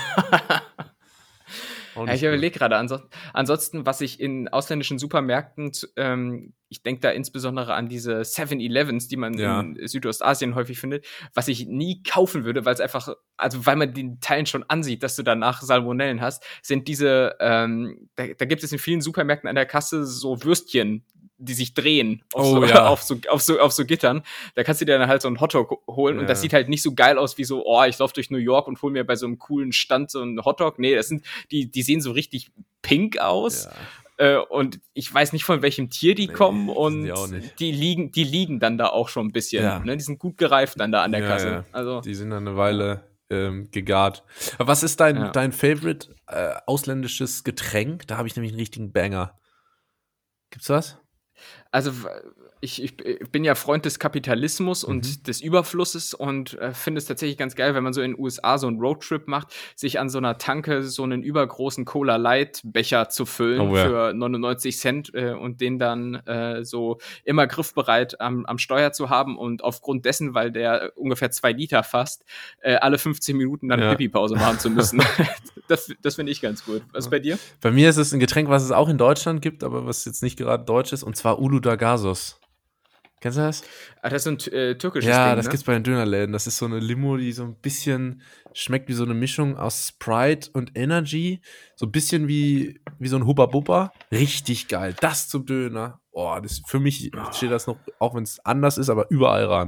Ich überlege gerade, ansonsten, was ich in ausländischen Supermärkten, ich denke da insbesondere an diese 7-Elevens, die man in Südostasien häufig findet, was ich nie kaufen würde, weil es einfach, also weil man den Teilen schon ansieht, dass du danach Salmonellen hast, sind diese, da gibt es in vielen Supermärkten an der Kasse so Würstchen, die sich drehen auf so Gittern. Da kannst du dir dann halt so einen Hotdog holen und das sieht halt nicht so geil aus wie so, ich laufe durch New York und hole mir bei so einem coolen Stand so einen Hotdog. Nee, die sehen so richtig pink aus. Ja. Und ich weiß nicht, von welchem Tier die kommen und die liegen dann da auch schon ein bisschen. Ja. Ne? Die sind gut gereift dann da an der Kasse. Ja. Also, die sind dann eine Weile gegart. Aber was ist dein Favorite ausländisches Getränk? Da habe ich nämlich einen richtigen Banger. Gibt's was? Also, ich bin ja Freund des Kapitalismus und des Überflusses und finde es tatsächlich ganz geil, wenn man so in den USA so einen Roadtrip macht, sich an so einer Tanke so einen übergroßen Cola Light Becher zu füllen Oh ja. für 99 Cent und den dann so immer griffbereit am Steuer zu haben und aufgrund dessen, weil der ungefähr 2 Liter fasst, alle 15 Minuten dann Ja. Pipi-Pause machen zu müssen. Das finde ich ganz gut. Was ist bei dir? Bei mir ist es ein Getränk, was es auch in Deutschland gibt, aber was jetzt nicht gerade deutsch ist, und zwar Uludağ. Kennst du das? Ah, das ist ein türkisches Ja, Ding, das ne? gibt's bei den Dönerläden. Das ist so eine Limo, die so ein bisschen schmeckt wie so eine Mischung aus Sprite und Energy. So ein bisschen wie so ein Hubba Bubba. Richtig geil. Das zum Döner. Oh, für mich steht das noch, auch wenn es anders ist, aber überall ran.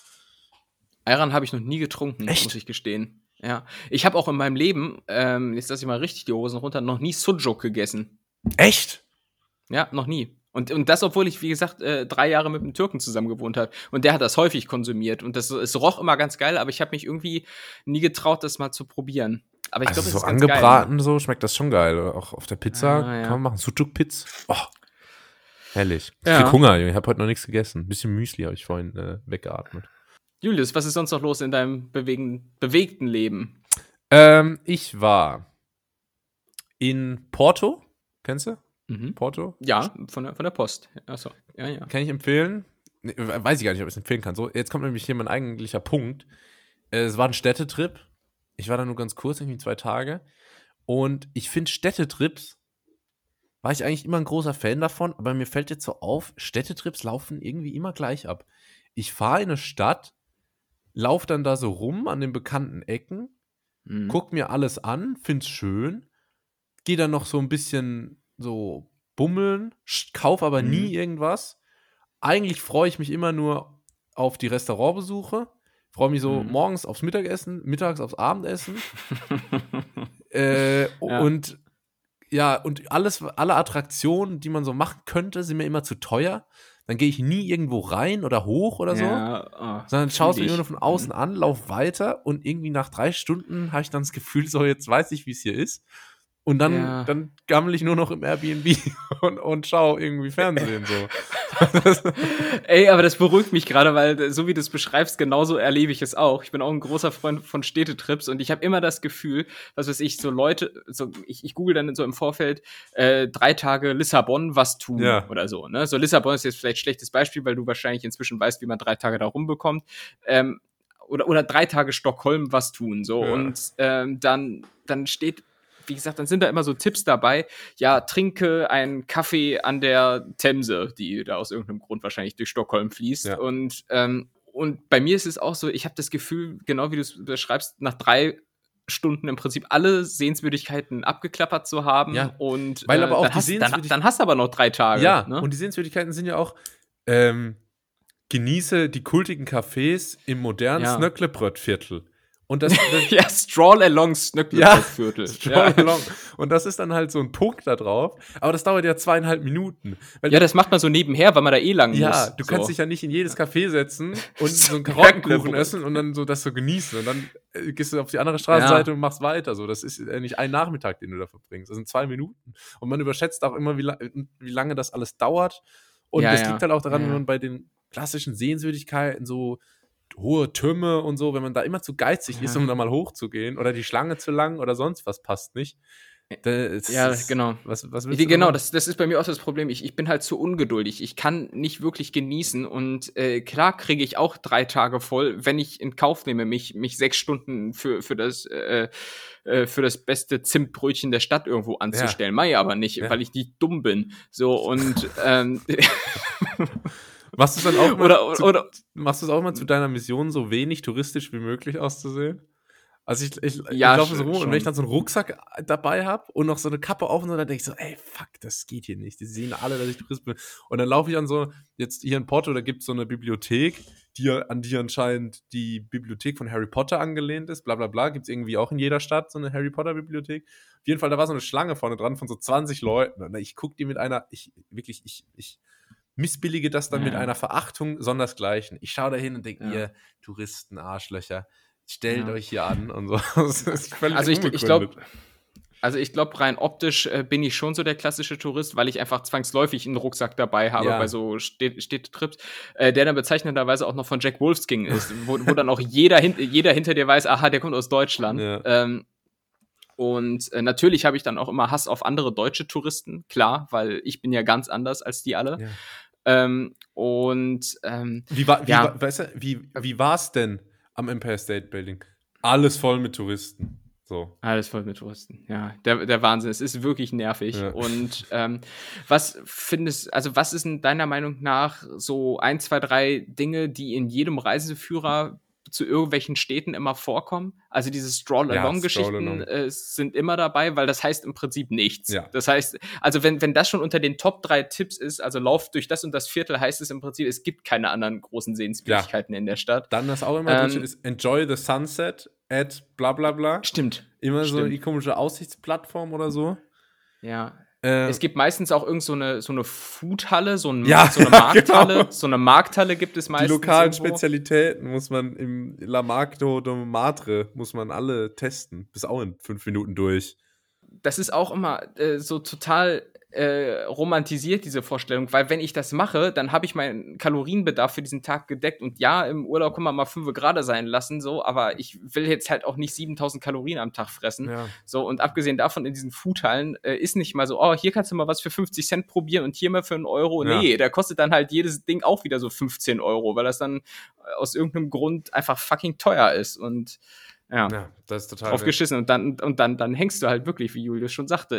Ayran habe ich noch nie getrunken, Echt? muss ich gestehen. Ja. Ich habe auch in meinem Leben, jetzt lasse ich mal richtig die Hosen runter, noch nie Sucuk gegessen. Echt? Ja, noch nie. Und das, obwohl ich, wie gesagt, 3 Jahre mit einem Türken zusammen gewohnt habe. Und der hat das häufig konsumiert. Und es roch immer ganz geil, aber ich habe mich irgendwie nie getraut, das mal zu probieren. Aber ich Also glaube, so es ist ganz geil. angebraten, so schmeckt das schon geil. Auch auf der Pizza Ah, ja. kann man machen. Sucuk-Pizza. Oh, herrlich. Ich Ja. krieg Hunger, Junge. Ich habe heute noch nichts gegessen. Ein bisschen Müsli habe ich vorhin weggeatmet. Julius, was ist sonst noch los in deinem bewegten Leben? Ich war in Porto. Kennst du? Mhm. Porto? Ja, von der Post. Achso, ja. Kann ich empfehlen. Nee, weiß ich gar nicht, ob ich es empfehlen kann. So, jetzt kommt nämlich hier mein eigentlicher Punkt. Es war ein Städtetrip. Ich war da nur ganz kurz, irgendwie 2 Tage. Und ich finde Städtetrips, war ich eigentlich immer ein großer Fan davon, aber mir fällt jetzt so auf, Städtetrips laufen irgendwie immer gleich ab. Ich fahre in eine Stadt, laufe dann da so rum an den bekannten Ecken, Mhm. guck mir alles an, find's schön, gehe dann noch so ein bisschen so bummeln, kauf aber nie irgendwas. Eigentlich freue ich mich immer nur auf die Restaurantbesuche, freue mich so morgens aufs Mittagessen, mittags aufs Abendessen. Ja. Und ja, und alle Attraktionen, die man so machen könnte, sind mir immer zu teuer. Dann gehe ich nie irgendwo rein oder hoch oder so. Ja, Sondern schaust mir fühl immer ich. nur von außen an, lauf weiter und irgendwie nach 3 Stunden habe ich dann das Gefühl, so jetzt weiß ich, wie es hier ist. Und dann, Ja. dann gammel ich nur noch im Airbnb und schaue irgendwie Fernsehen so. Ey, aber das beruhigt mich gerade, weil so wie du es beschreibst, genauso erlebe ich es auch. Ich bin auch ein großer Freund von Städtetrips und ich habe immer das Gefühl, was weiß ich, so Leute, so ich google dann so im Vorfeld 3 Tage Lissabon, was tun oder so. Ne? So Lissabon ist jetzt vielleicht ein schlechtes Beispiel, weil du wahrscheinlich inzwischen weißt, wie man 3 Tage da rumbekommt. Oder 3 Tage Stockholm, was tun. So. Ja. Und dann steht, wie gesagt, dann sind da immer so Tipps dabei. Ja, trinke einen Kaffee an der Themse, die da aus irgendeinem Grund wahrscheinlich durch Stockholm fließt. Ja. Und bei mir ist es auch so, ich habe das Gefühl, genau wie du es beschreibst, nach 3 Stunden im Prinzip alle Sehenswürdigkeiten abgeklappert zu haben. Ja, Und weil aber auch dann, die dann hast du aber noch 3 Tage. Ja, ne? und die Sehenswürdigkeiten sind ja auch, genieße die kultigen Cafés im modernen Ja. Snöcklebröttviertel. Und das ja, Stroll along Snöcklebröttviertel. Stroll along. Und das ist dann halt so ein Punkt da drauf. Aber das dauert ja 2,5 Minuten. Weil Ja, das macht man so nebenher, weil man da lang muss. ja, du so. kannst dich ja nicht in jedes Café setzen und so einen Snöcklebröt. Karottenkuchen essen und dann so das so genießen. Und dann gehst du auf die andere Straßenseite und machst weiter. So, das ist nicht ein Nachmittag, den du da verbringst. Das sind 2 Minuten. Und man überschätzt auch immer, wie lange das alles dauert. Und Ja, das ja. liegt halt auch daran, Ja, wenn ja. man bei den klassischen Sehenswürdigkeiten so hohe Türme und so, wenn man da immer zu geizig ist, um da mal hochzugehen oder die Schlange zu lang oder sonst was passt nicht. Ja, genau. Was willst du Genau, machen? das ist bei mir auch das Problem. Ich bin halt zu ungeduldig. Ich kann nicht wirklich genießen. Und klar kriege ich auch 3 Tage voll, wenn ich in Kauf nehme, mich 6 Stunden für das beste Zimtbrötchen der Stadt irgendwo anzustellen. Mach ich aber nicht, Ja. weil ich nicht dumm bin. So, und Machst du es dann auch mal oder machst du es auch mal zu deiner Mission, so wenig touristisch wie möglich auszusehen? Also ich Ja, laufe so rum und schon. wenn ich dann so einen Rucksack dabei habe und noch so eine Kappe auf und so, dann denke ich so, ey, fuck, das geht hier nicht. Die sehen alle, dass ich Tourist bin. Und dann laufe ich an so, jetzt hier in Porto, da gibt es so eine Bibliothek, an die anscheinend die Bibliothek von Harry Potter angelehnt ist, bla bla bla. Gibt es irgendwie auch in jeder Stadt so eine Harry Potter Bibliothek. Auf jeden Fall, da war so eine Schlange vorne dran von so 20 Leuten. Und ich gucke die mit einer, ich missbillige das dann mit einer Verachtung sondersgleichen. Ich schaue da hin und denke, ihr Touristen, Arschlöcher, stellt euch hier an und so. Das ist völlig also ich unbegründet. glaube, Also ich glaube, rein optisch bin ich schon so der klassische Tourist, weil ich einfach zwangsläufig einen Rucksack dabei habe bei so Städtetrips, der dann bezeichnenderweise auch noch von Jack Wolfskin ist, wo dann auch jeder hinter dir weiß, aha, der kommt aus Deutschland. Ja. Und natürlich habe ich dann auch immer Hass auf andere deutsche Touristen, klar, weil ich bin ja ganz anders als die alle. Ja. Wie war's denn am Empire State Building? Alles voll mit Touristen. So. Alles voll mit Touristen, ja. Der Wahnsinn. Es ist wirklich nervig. Ja. Und was ist denn deiner Meinung nach so 1, 2, 3 Dinge, die in jedem Reiseführer zu irgendwelchen Städten immer vorkommen? Also diese Stroll-Along-Geschichten sind immer dabei, weil das heißt im Prinzip nichts. Ja. Das heißt, also wenn das schon unter den Top 3 Tipps ist, also lauf durch das und das Viertel, heißt es im Prinzip, es gibt keine anderen großen Sehenswürdigkeiten in der Stadt. Dann das auch immer ist Enjoy the Sunset at bla bla bla. Stimmt. Immer so die komische Aussichtsplattform oder so. Ja. Es gibt meistens auch irgend so eine Foodhalle, so eine Markthalle. Genau. So eine Markthalle gibt es meistens. Die lokalen Spezialitäten muss man im La Marco de Matre muss man alle testen. Bis auch in 5 Minuten durch. Das ist auch immer so total romantisiert, diese Vorstellung, weil wenn ich das mache, dann habe ich meinen Kalorienbedarf für diesen Tag gedeckt und ja, im Urlaub kann man mal 5 Grad sein lassen, so, aber ich will jetzt halt auch nicht 7000 Kalorien am Tag fressen. Ja. So, und abgesehen davon, in diesen Foodhallen ist nicht mal so, oh, hier kannst du mal was für 50 Cent probieren und hier mal für 1 Euro. Ja. Nee, da kostet dann halt jedes Ding auch wieder so 15 Euro, weil das dann aus irgendeinem Grund einfach fucking teuer ist und ja, das ist total drauf geschissen. Und dann hängst du halt wirklich, wie Julius schon sagte,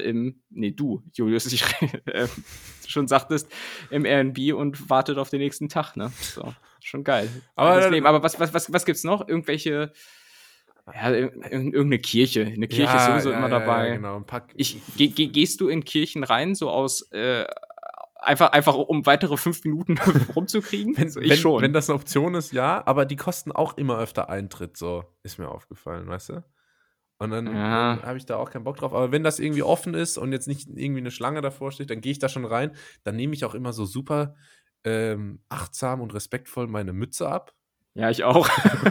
schon sagtest, im Airbnb und wartet auf den nächsten Tag, ne? So, schon geil. Aber was gibt's noch? Irgendwelche, irgendeine Kirche. Eine Kirche ist sowieso immer dabei. Ja, genau. Gehst du in Kirchen rein, so aus einfach um weitere 5 Minuten rumzukriegen? Wenn das eine Option ist, ja, aber die kosten auch immer öfter Eintritt, so ist mir aufgefallen, weißt du? Und dann habe ich da auch keinen Bock drauf. Aber wenn das irgendwie offen ist und jetzt nicht irgendwie eine Schlange davor steht, dann gehe ich da schon rein. Dann nehme ich auch immer so super achtsam und respektvoll meine Mütze ab. Ja, ich auch.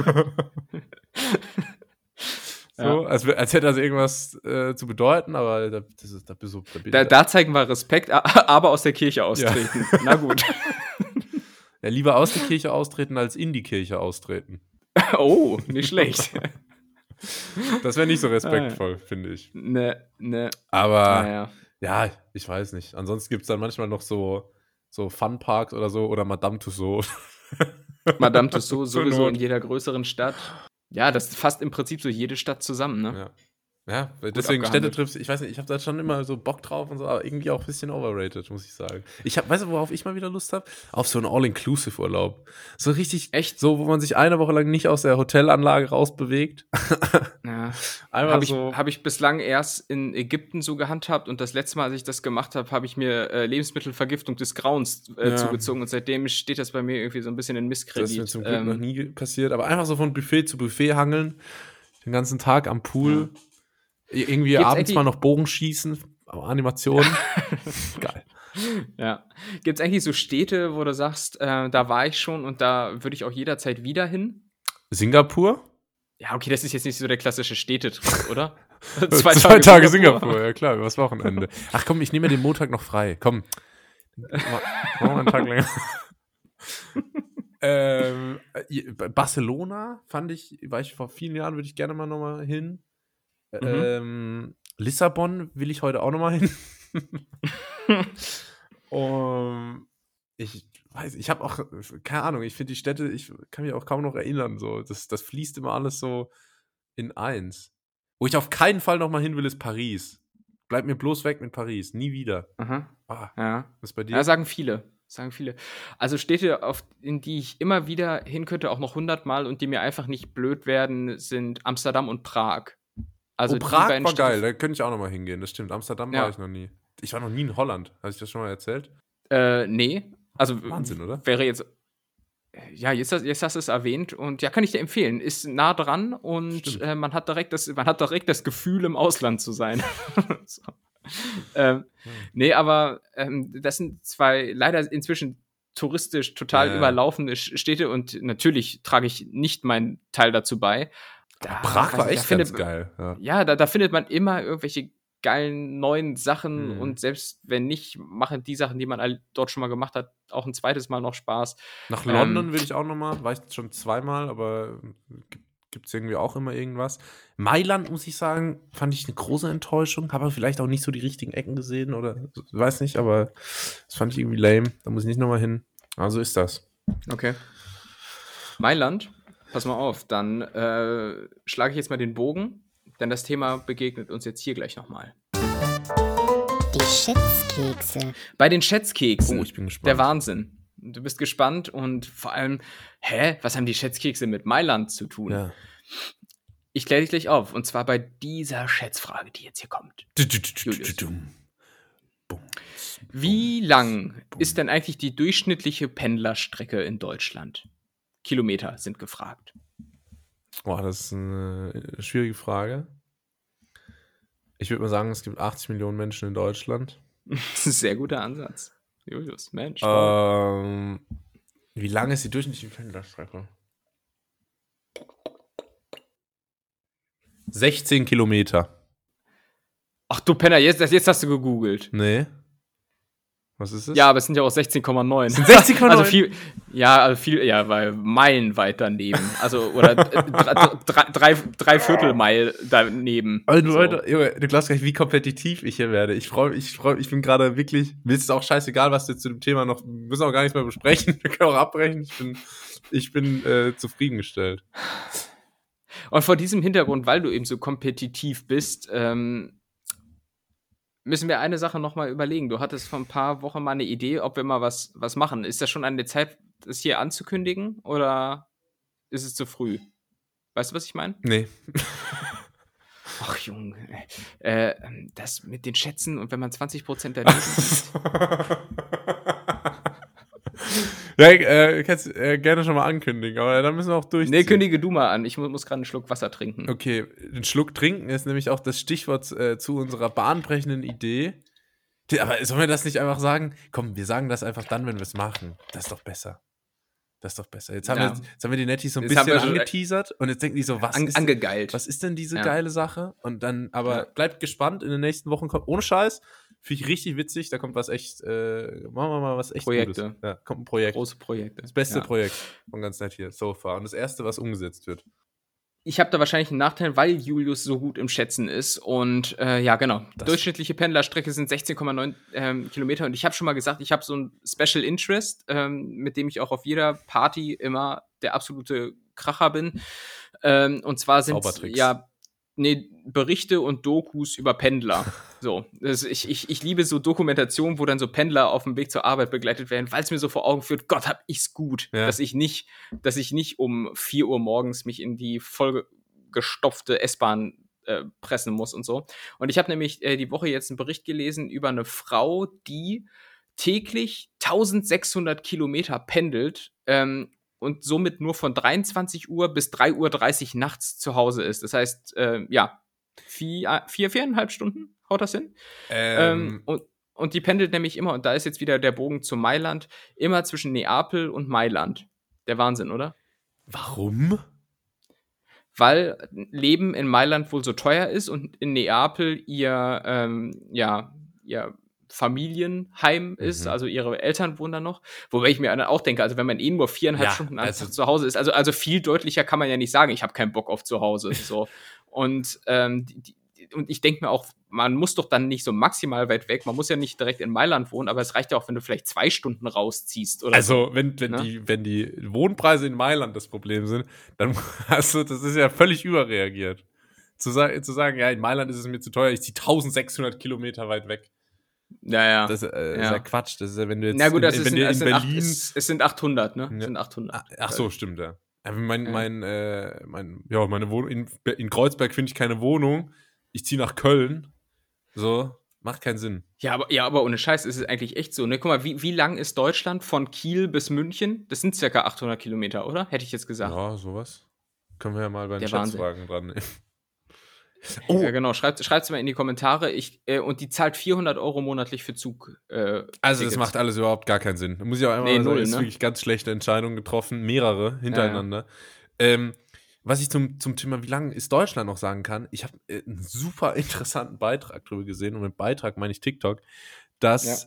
So, als hätte das irgendwas zu bedeuten, aber da zeigen wir Respekt, aber aus der Kirche austreten. Ja. Na gut. Ja, lieber aus der Kirche austreten, als in die Kirche austreten. Oh, nicht schlecht. Das wäre nicht so respektvoll, finde ich. Ne. Aber ja, ich weiß nicht. Ansonsten gibt es dann manchmal noch so Funparks oder so oder Madame Tussauds. Madame Tussauds sowieso in jeder größeren Stadt. Ja, das fasst im Prinzip so jede Stadt zusammen, ne? Ja, deswegen Städtetrips, ich weiß nicht, ich habe da schon immer so Bock drauf und so, aber irgendwie auch ein bisschen overrated, muss ich sagen. Weißt du, worauf ich mal wieder Lust habe? Auf so einen All-Inclusive-Urlaub. So richtig, echt? So, wo man sich eine Woche lang nicht aus der Hotelanlage rausbewegt. Ja. Habe ich bislang erst in Ägypten so gehandhabt und das letzte Mal, als ich das gemacht habe, habe ich mir Lebensmittelvergiftung des Grauens zugezogen und seitdem steht das bei mir irgendwie so ein bisschen in Misskredit. Das ist mir zum Glück noch nie passiert, aber einfach so von Buffet zu Buffet hangeln, den ganzen Tag am Pool. Ja. Irgendwie gibt's abends mal noch Bogen schießen, Animationen. Geil. Ja. Gibt es eigentlich so Städte, wo du sagst, da war ich schon und da würde ich auch jederzeit wieder hin? Singapur? Ja, okay, das ist jetzt nicht so der klassische Städtetrip, oder? 2 Tage Singapur, ja klar, übers Wochenende. Ach komm, ich nehme mir den Montag noch frei. Komm, machen wir einen Tag länger. Barcelona war ich vor vielen Jahren, würde ich gerne mal nochmal hin. Lissabon will ich heute auch nochmal hin. Ich weiß, ich habe auch, keine Ahnung, ich finde die Städte, ich kann mich auch kaum noch erinnern, so. Das fließt immer alles so in eins. Wo ich auf keinen Fall nochmal hin will, ist Paris. Bleib mir bloß weg mit Paris, nie wieder. Aha. Was ist bei dir? Ja, sagen viele. Also Städte, in die ich immer wieder hin könnte, auch noch 100-mal und die mir einfach nicht blöd werden, sind Amsterdam und Prag. Also Prag war geil, da könnte ich auch nochmal hingehen, das stimmt. Amsterdam war ich noch nie. Ich war noch nie in Holland, habe ich das schon mal erzählt? Nee. Also Wahnsinn, oder? Wäre jetzt, ja, jetzt hast du es erwähnt und ja, kann ich dir empfehlen. Ist nah dran und man hat direkt das Gefühl, im Ausland zu sein. So. Nee, aber das sind 2 leider inzwischen touristisch total überlaufende Städte und natürlich trage ich nicht meinen Teil dazu bei. Prag war echt ganz geil. Ja, da findet man immer irgendwelche geilen neuen Sachen und selbst wenn nicht, machen die Sachen, die man dort schon mal gemacht hat, auch ein zweites Mal noch Spaß. Nach London will ich auch noch mal, war ich schon zweimal, aber gibt es irgendwie auch immer irgendwas. Mailand, muss ich sagen, fand ich eine große Enttäuschung. Habe aber vielleicht auch nicht so die richtigen Ecken gesehen oder weiß nicht, aber das fand ich irgendwie lame. Da muss ich nicht nochmal hin. Also ist das. Okay. Mailand, pass mal auf, dann schlage ich jetzt mal den Bogen, denn das Thema begegnet uns jetzt hier gleich nochmal. Die Schätzkekse. Bei den Schätzkeksen. Oh, ich bin gespannt. Der Wahnsinn. Du bist gespannt und vor allem, was haben die Schätzkekse mit Mailand zu tun? Ja. Ich kläre dich gleich auf, und zwar bei dieser Schätzfrage, die jetzt hier kommt. Julius. Wie lang ist denn eigentlich die durchschnittliche Pendlerstrecke in Deutschland? Kilometer sind gefragt. Boah, das ist eine schwierige Frage. Ich würde mal sagen, es gibt 80 Millionen Menschen in Deutschland. Sehr guter Ansatz. Julius, Mensch. Wie lang ist die durchschnittliche Pendlerstrecke? 16 Kilometer. Ach du Penner, jetzt hast du gegoogelt. Nee. Was ist es? Ja, aber es sind ja auch 16,9. 16,9? Also viel, weil meilenweit daneben. Also, oder drei Viertelmeil daneben. Also, So. Leute, Junge, du glaubst gar nicht, wie kompetitiv ich hier werde. Ich bin gerade wirklich, mir ist es auch scheißegal, was wir zu dem Thema noch, wir müssen auch gar nichts mehr besprechen. Wir können auch abbrechen. Ich bin zufriedengestellt. Und vor diesem Hintergrund, weil du eben so kompetitiv bist, müssen wir eine Sache noch mal überlegen. Du hattest vor ein paar Wochen mal eine Idee, ob wir mal was machen. Ist das schon an der Zeit, das hier anzukündigen, oder ist es zu früh? Weißt du, was ich meine? Nee. Ach, Junge. Das mit den Schätzen und wenn man 20% daneben liegt. Ja, kannst gerne schon mal ankündigen, aber dann müssen wir auch durchziehen. Nee, kündige du mal an. Ich muss gerade einen Schluck Wasser trinken. Okay, einen Schluck trinken ist nämlich auch das Stichwort zu unserer bahnbrechenden Idee. Aber sollen wir das nicht einfach sagen? Komm, wir sagen das einfach dann, wenn wir es machen. Das ist doch besser. Jetzt haben wir die Netties so ein bisschen angeteasert und jetzt denken die so, angegeilt. Was ist denn diese geile Sache? Und dann, aber bleibt gespannt, in den nächsten Wochen kommt, ohne Scheiß, finde ich richtig witzig, da kommt was echt, machen wir mal was echt Projekte. Gutes. Ja, kommt ein Projekt. Große Projekte. Das beste Projekt von ganz nett hier, so far. Und das erste, was umgesetzt wird. Ich habe da wahrscheinlich einen Nachteil, weil Julius so gut im Schätzen ist. Und genau. Durchschnittliche Pendlerstrecke sind 16,9 Kilometer. Und ich habe schon mal gesagt, ich habe so ein Special Interest, mit dem ich auch auf jeder Party immer der absolute Kracher bin. Und zwar sind Berichte und Dokus über Pendler. So, ich liebe so Dokumentationen, wo dann so Pendler auf dem Weg zur Arbeit begleitet werden, weil es mir so vor Augen führt, Gott, hab ich's gut, dass ich nicht um 4 Uhr morgens mich in die vollgestopfte S-Bahn pressen muss und so. Und ich habe nämlich die Woche jetzt einen Bericht gelesen über eine Frau, die täglich 1600 Kilometer pendelt, und somit nur von 23 Uhr bis 3:30 Uhr nachts zu Hause ist. Das heißt, 4,5 Stunden, haut das hin? Und die pendelt nämlich immer, und da ist jetzt wieder der Bogen zu Mailand, immer zwischen Neapel und Mailand. Der Wahnsinn, oder? Warum? Weil Leben in Mailand wohl so teuer ist und in Neapel ihr Familienheim ist, also ihre Eltern wohnen da noch. Wobei ich mir dann auch denke, also wenn man nur 4,5 Stunden zu Hause ist, also viel deutlicher kann man ja nicht sagen, ich habe keinen Bock auf zu Hause. So. Und ich denke mir auch, man muss doch dann nicht so maximal weit weg, man muss ja nicht direkt in Mailand wohnen, aber es reicht ja auch, wenn du vielleicht 2 Stunden rausziehst. Oder also, so. wenn die Wohnpreise in Mailand das Problem sind, dann das ist ja völlig überreagiert. Zu sagen, ja, in Mailand ist es mir zu teuer, ich ziehe 1600 Kilometer weit weg. Ja. Das ist ja Quatsch. Das ist ja, wenn du jetzt na gut, in Berlin... es sind 800, ne? Es sind 800. Ach so, stimmt, ja. Meine Wohnung in Kreuzberg finde ich keine Wohnung. Ich ziehe nach Köln. So, macht keinen Sinn. Ja, aber ohne Scheiß ist es eigentlich echt so. Ne? Guck mal, wie lang ist Deutschland von Kiel bis München? Das sind circa 800 Kilometer, oder? Hätte ich jetzt gesagt. Ja, sowas. Können wir ja mal bei den Wahnsinn. Schätzfragen dran nehmen. Oh. Ja, genau. Schreibt's mal in die Kommentare. Und die zahlt 400 € monatlich für Zug. Also das macht alles überhaupt gar keinen Sinn. Da muss ich auch einmal sagen, ist wirklich ganz schlechte Entscheidungen getroffen. Mehrere hintereinander. was ich zum Thema, wie lange ist Deutschland noch sagen kann, ich habe einen super interessanten Beitrag drüber gesehen, und mit Beitrag meine ich TikTok, dass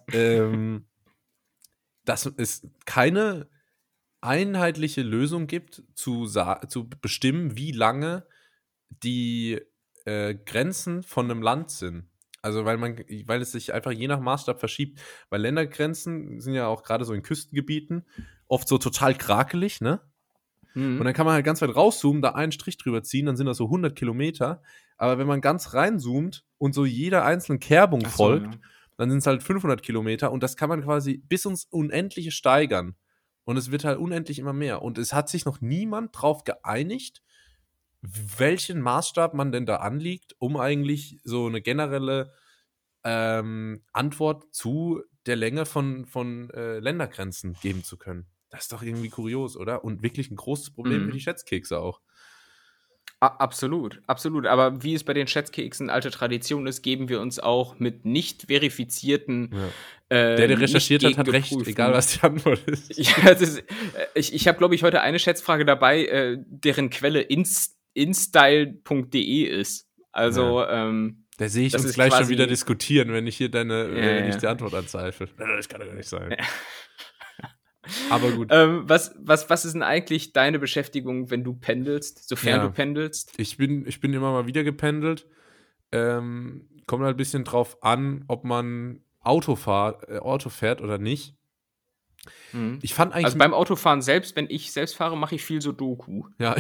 es keine einheitliche Lösung gibt, zu bestimmen, wie lange die Grenzen von einem Land sind. Also weil es sich einfach je nach Maßstab verschiebt. Weil Ländergrenzen sind ja auch gerade so in Küstengebieten oft so total krakelig, ne? Und dann kann man halt ganz weit rauszoomen, da einen Strich drüber ziehen, dann sind das so 100 Kilometer. Aber wenn man ganz reinzoomt und so jeder einzelnen Kerbung folgt, dann sind es halt 500 Kilometer. Und das kann man quasi bis ins Unendliche steigern. Und es wird halt unendlich immer mehr. Und es hat sich noch niemand drauf geeinigt, welchen Maßstab man denn da anlegt, um eigentlich so eine generelle Antwort zu der Länge von Ländergrenzen geben zu können. Das ist doch irgendwie kurios, oder? Und wirklich ein großes Problem für die Schätzkekse auch. Absolut, absolut. Aber wie es bei den Schätzkeksen alte Tradition ist, geben wir uns auch mit nicht verifizierten Der recherchiert hat recht, egal was die Antwort ist. Ja, ich habe, glaube ich, heute eine Schätzfrage dabei, deren Quelle instyle.de ist. Also, da sehe ich uns gleich schon wieder diskutieren, wenn ich hier wenn ich die Antwort anzweifle. Das kann ja gar nicht sein. Ja. Aber gut. Was ist denn eigentlich deine Beschäftigung, wenn du pendelst, sofern du pendelst? Ich bin immer mal wieder gependelt. Kommt halt ein bisschen drauf an, ob man Auto fährt oder nicht. Ich fand eigentlich. Also beim Autofahren selbst, wenn ich selbst fahre, mache ich viel Sudoku. Ja,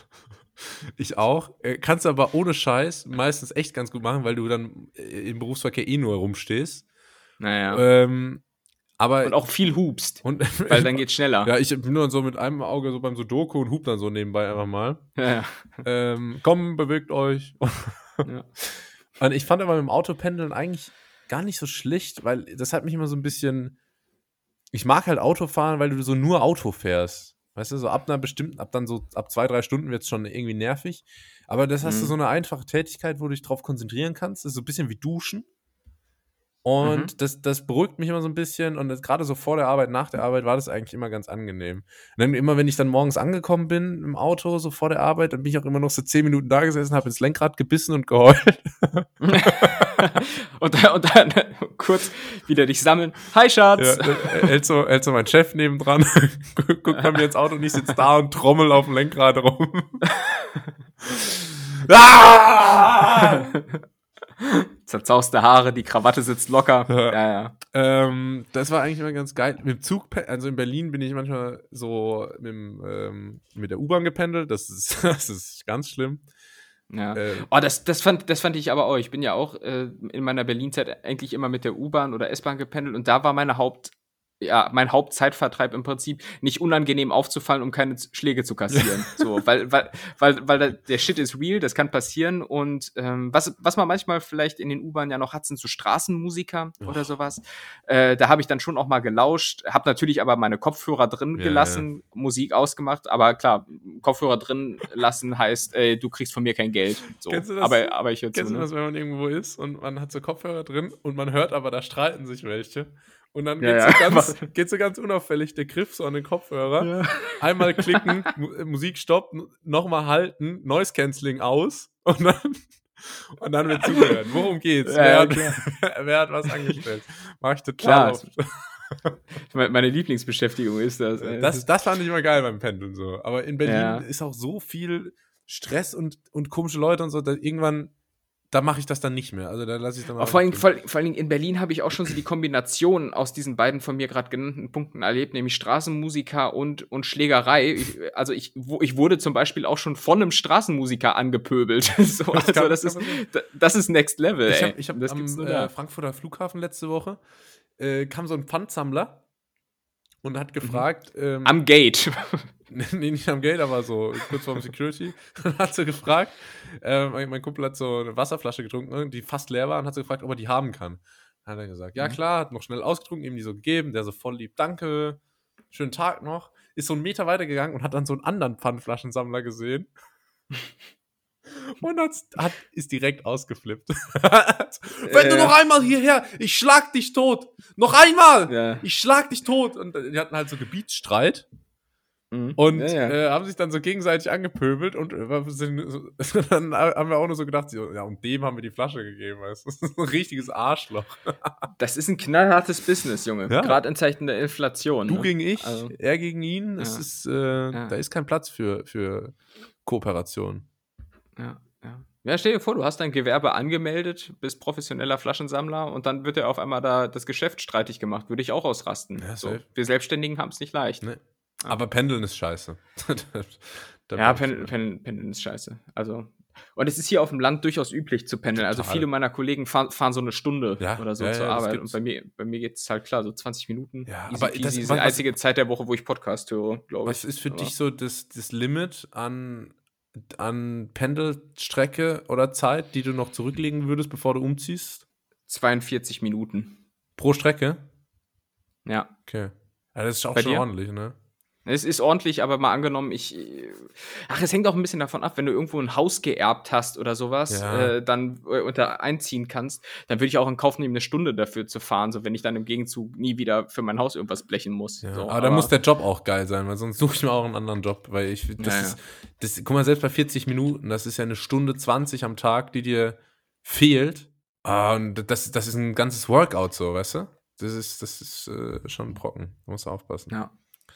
ich auch. Kannst aber ohne Scheiß meistens echt ganz gut machen, weil du dann im Berufsverkehr nur rumstehst. Naja. Aber und auch viel hupst, weil dann geht's schneller. Ja, ich bin nur so mit einem Auge so beim Sudoku und hup dann so nebenbei einfach mal. Ja. Komm, bewegt euch. Ja. Und ich fand aber mit dem Autopendeln eigentlich gar nicht so schlecht, weil das hat mich immer so ein bisschen. Ich mag halt Autofahren, weil du so nur Auto fährst. Weißt du, so ab 2-3 Stunden wird es schon irgendwie nervig. Aber das hast du so eine einfache Tätigkeit, wo du dich drauf konzentrieren kannst. Das ist so ein bisschen wie Duschen. Und das beruhigt mich immer so ein bisschen. Und gerade so vor der Arbeit, nach der Arbeit war das eigentlich immer ganz angenehm. Und dann immer, wenn ich dann morgens angekommen bin im Auto, so vor der Arbeit, dann bin ich auch immer noch so 10 Minuten da gesessen, habe ins Lenkrad gebissen und geheult. und dann kurz wieder dich sammeln. Hi, Schatz! Ja, hält so mein Chef nebendran, guckt bei mir ins Auto und ich sitze da und trommel auf dem Lenkrad rum. Zerzauste Haare, die Krawatte sitzt locker. Ja. Das war eigentlich immer ganz geil. Mit dem Zug, also in Berlin bin ich manchmal so mit der U-Bahn gependelt. Das ist ganz schlimm. Ja. Das fand ich aber auch. Ich bin ja auch in meiner Berlin-Zeit eigentlich immer mit der U-Bahn oder S-Bahn gependelt und da war mein Hauptzeitvertreib im Prinzip nicht unangenehm aufzufallen, um keine Schläge zu kassieren. So, weil der Shit ist real, das kann passieren und was man manchmal vielleicht in den U-Bahnen ja noch hat, sind so Straßenmusiker oder sowas. Da habe ich dann schon auch mal gelauscht, habe natürlich aber meine Kopfhörer drin gelassen, Musik ausgemacht, aber klar, Kopfhörer drin lassen heißt, du kriegst von mir kein Geld. So. Kennst du das? Aber ich höre zu. Kennst du das, wenn man irgendwo ist und man hat so Kopfhörer drin und man hört aber, da streiten sich welche? Und dann geht so ganz unauffällig der Griff so an den Kopfhörer. Ja. Einmal klicken, Musik stoppen, nochmal halten, Noise Cancelling aus und dann wird zugehört. Worum geht's? Ja, wer hat was angestellt? Mach ich total oft. Meine Lieblingsbeschäftigung ist das. Das fand ich immer geil beim Pendeln so. Aber in Berlin ist auch so viel Stress und komische Leute und so, dass irgendwann. Da mache ich das dann nicht mehr. Also da lasse ich dann mal. Vor allem in Berlin habe ich auch schon so die Kombination aus diesen beiden von mir gerade genannten Punkten erlebt, nämlich Straßenmusiker und Schlägerei. Ich wurde zum Beispiel auch schon von einem Straßenmusiker angepöbelt. So, das ist Next Level. Ich hab am Frankfurter Flughafen letzte Woche kam so ein Pfandsammler und hat gefragt. Am Gate. Nee, nicht am Gate, aber so kurz vorm Security. Und hat so gefragt, mein Kumpel hat so eine Wasserflasche getrunken, die fast leer war, und hat so gefragt, ob er die haben kann. Dann hat er gesagt, ja klar, hat noch schnell ausgetrunken, ihm die so gegeben, der so voll lieb, danke, schönen Tag noch. Ist so einen Meter weitergegangen und hat dann so einen anderen Pfandflaschensammler gesehen. Und ist direkt ausgeflippt. Wenn du noch einmal hierher, ich schlag dich tot. Noch einmal, ich schlag dich tot. Und die hatten halt so Gebietsstreit. Und haben sich dann so gegenseitig angepöbelt und dann haben wir auch nur so gedacht, ja, und dem haben wir die Flasche gegeben. Weißt? Das ist ein richtiges Arschloch. Das ist ein knallhartes Business, Junge. Ja. Gerade in Zeiten der Inflation. Du ne? gegen ich, Also, er gegen ihn. Es ist, Da ist kein Platz für Kooperation. ja. Ja, stell dir vor, du hast dein Gewerbe angemeldet, bist professioneller Flaschensammler und dann wird dir auf einmal da das Geschäft streitig gemacht. Würde ich auch ausrasten. Ja, so. safe. Wir Selbstständigen haben es nicht leicht. Ne? Aber Pendeln ist scheiße. Ja, Pendeln ist scheiße. Also, und es ist hier auf dem Land durchaus üblich zu pendeln. Also Total. viele meiner Kollegen fahren so eine Stunde Ja, oder so ja, zur ja, das Arbeit. gibt's. Und bei mir geht es halt klar, so 20 Minuten. Ja, easy aber peasy. das- ist was- die einzige Zeit der Woche, wo ich Podcast höre, glaube ich. Was ist für Aber dich so das Limit an Pendelstrecke oder Zeit, die du noch zurücklegen würdest, bevor du umziehst? 42 Minuten. Pro Strecke? Ja. Okay. Ja, das ist auch Bei schon dir? ordentlich, ne? Es ist ordentlich, aber mal angenommen, es hängt auch ein bisschen davon ab, wenn du irgendwo ein Haus geerbt hast oder sowas, Ja. dann da einziehen kannst, dann würde ich auch in Kauf nehmen, eine Stunde dafür zu fahren, so wenn ich dann im Gegenzug nie wieder für mein Haus irgendwas blechen muss. Ja, So, aber da muss der Job auch geil sein, weil sonst suche ich mir auch einen anderen Job, weil guck mal, selbst bei 40 Minuten, das ist ja eine Stunde 20 am Tag, die dir fehlt. Und das ist ein ganzes Workout so, weißt du? Das ist schon ein Brocken. Da musst du aufpassen. Ja.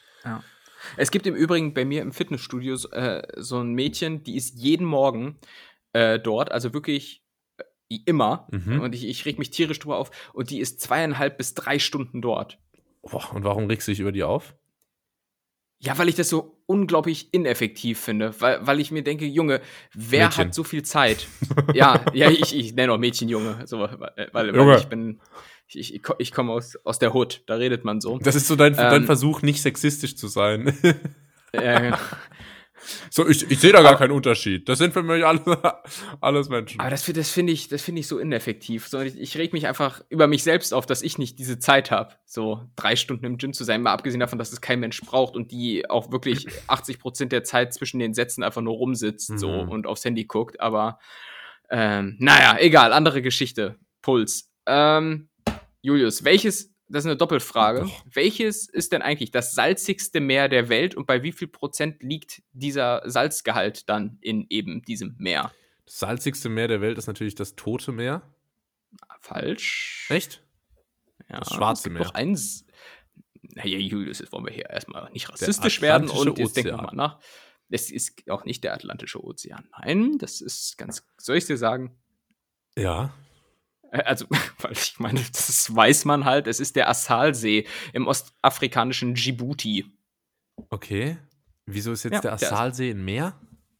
Es gibt im Übrigen bei mir im Fitnessstudio so ein Mädchen, die ist jeden Morgen dort, also wirklich immer. Mhm. Und ich reg mich tierisch drüber auf. Und die ist 2,5 bis 3 Stunden dort. Boah, und warum regst du dich über die auf? Ja, weil ich das so unglaublich ineffektiv finde. Weil ich mir denke, Junge, wer Mädchen. hat so viel Zeit? ja, ich nenne auch Mädchen Junge. So, weil Junge. ich bin. Ich komme aus der Hood, da redet man so. Das ist so dein Versuch, nicht sexistisch zu sein. Genau. So, ich sehe da gar keinen Unterschied. Das sind für mich alles Menschen. Aber das finde ich so ineffektiv. So, ich reg mich einfach über mich selbst auf, dass ich nicht diese Zeit habe, so 3 Stunden im Gym zu sein. Mal abgesehen davon, dass es kein Mensch braucht und die auch wirklich 80% der Zeit zwischen den Sätzen einfach nur rumsitzt so und aufs Handy guckt. Aber naja, egal, andere Geschichte. Puls. Julius, das ist eine Doppelfrage. Doch. Welches ist denn eigentlich das salzigste Meer der Welt und bei wie viel Prozent liegt dieser Salzgehalt dann in eben diesem Meer? Das salzigste Meer der Welt ist natürlich das Tote Meer. Falsch. Echt? Ja, Das Schwarze es gibt Meer. noch eins. Naja, Julius, jetzt wollen wir hier erstmal nicht rassistisch Der werden Atlantische und jetzt denken wir Ozean. mal nach. Es ist auch nicht der Atlantische Ozean. Nein, das ist ganz. Soll ich dir sagen? Ja. Also, weil ich meine, das weiß man halt. Es ist der Assalsee im ostafrikanischen Djibouti. Okay. Wieso ist jetzt Ja, der Assalsee ein Meer?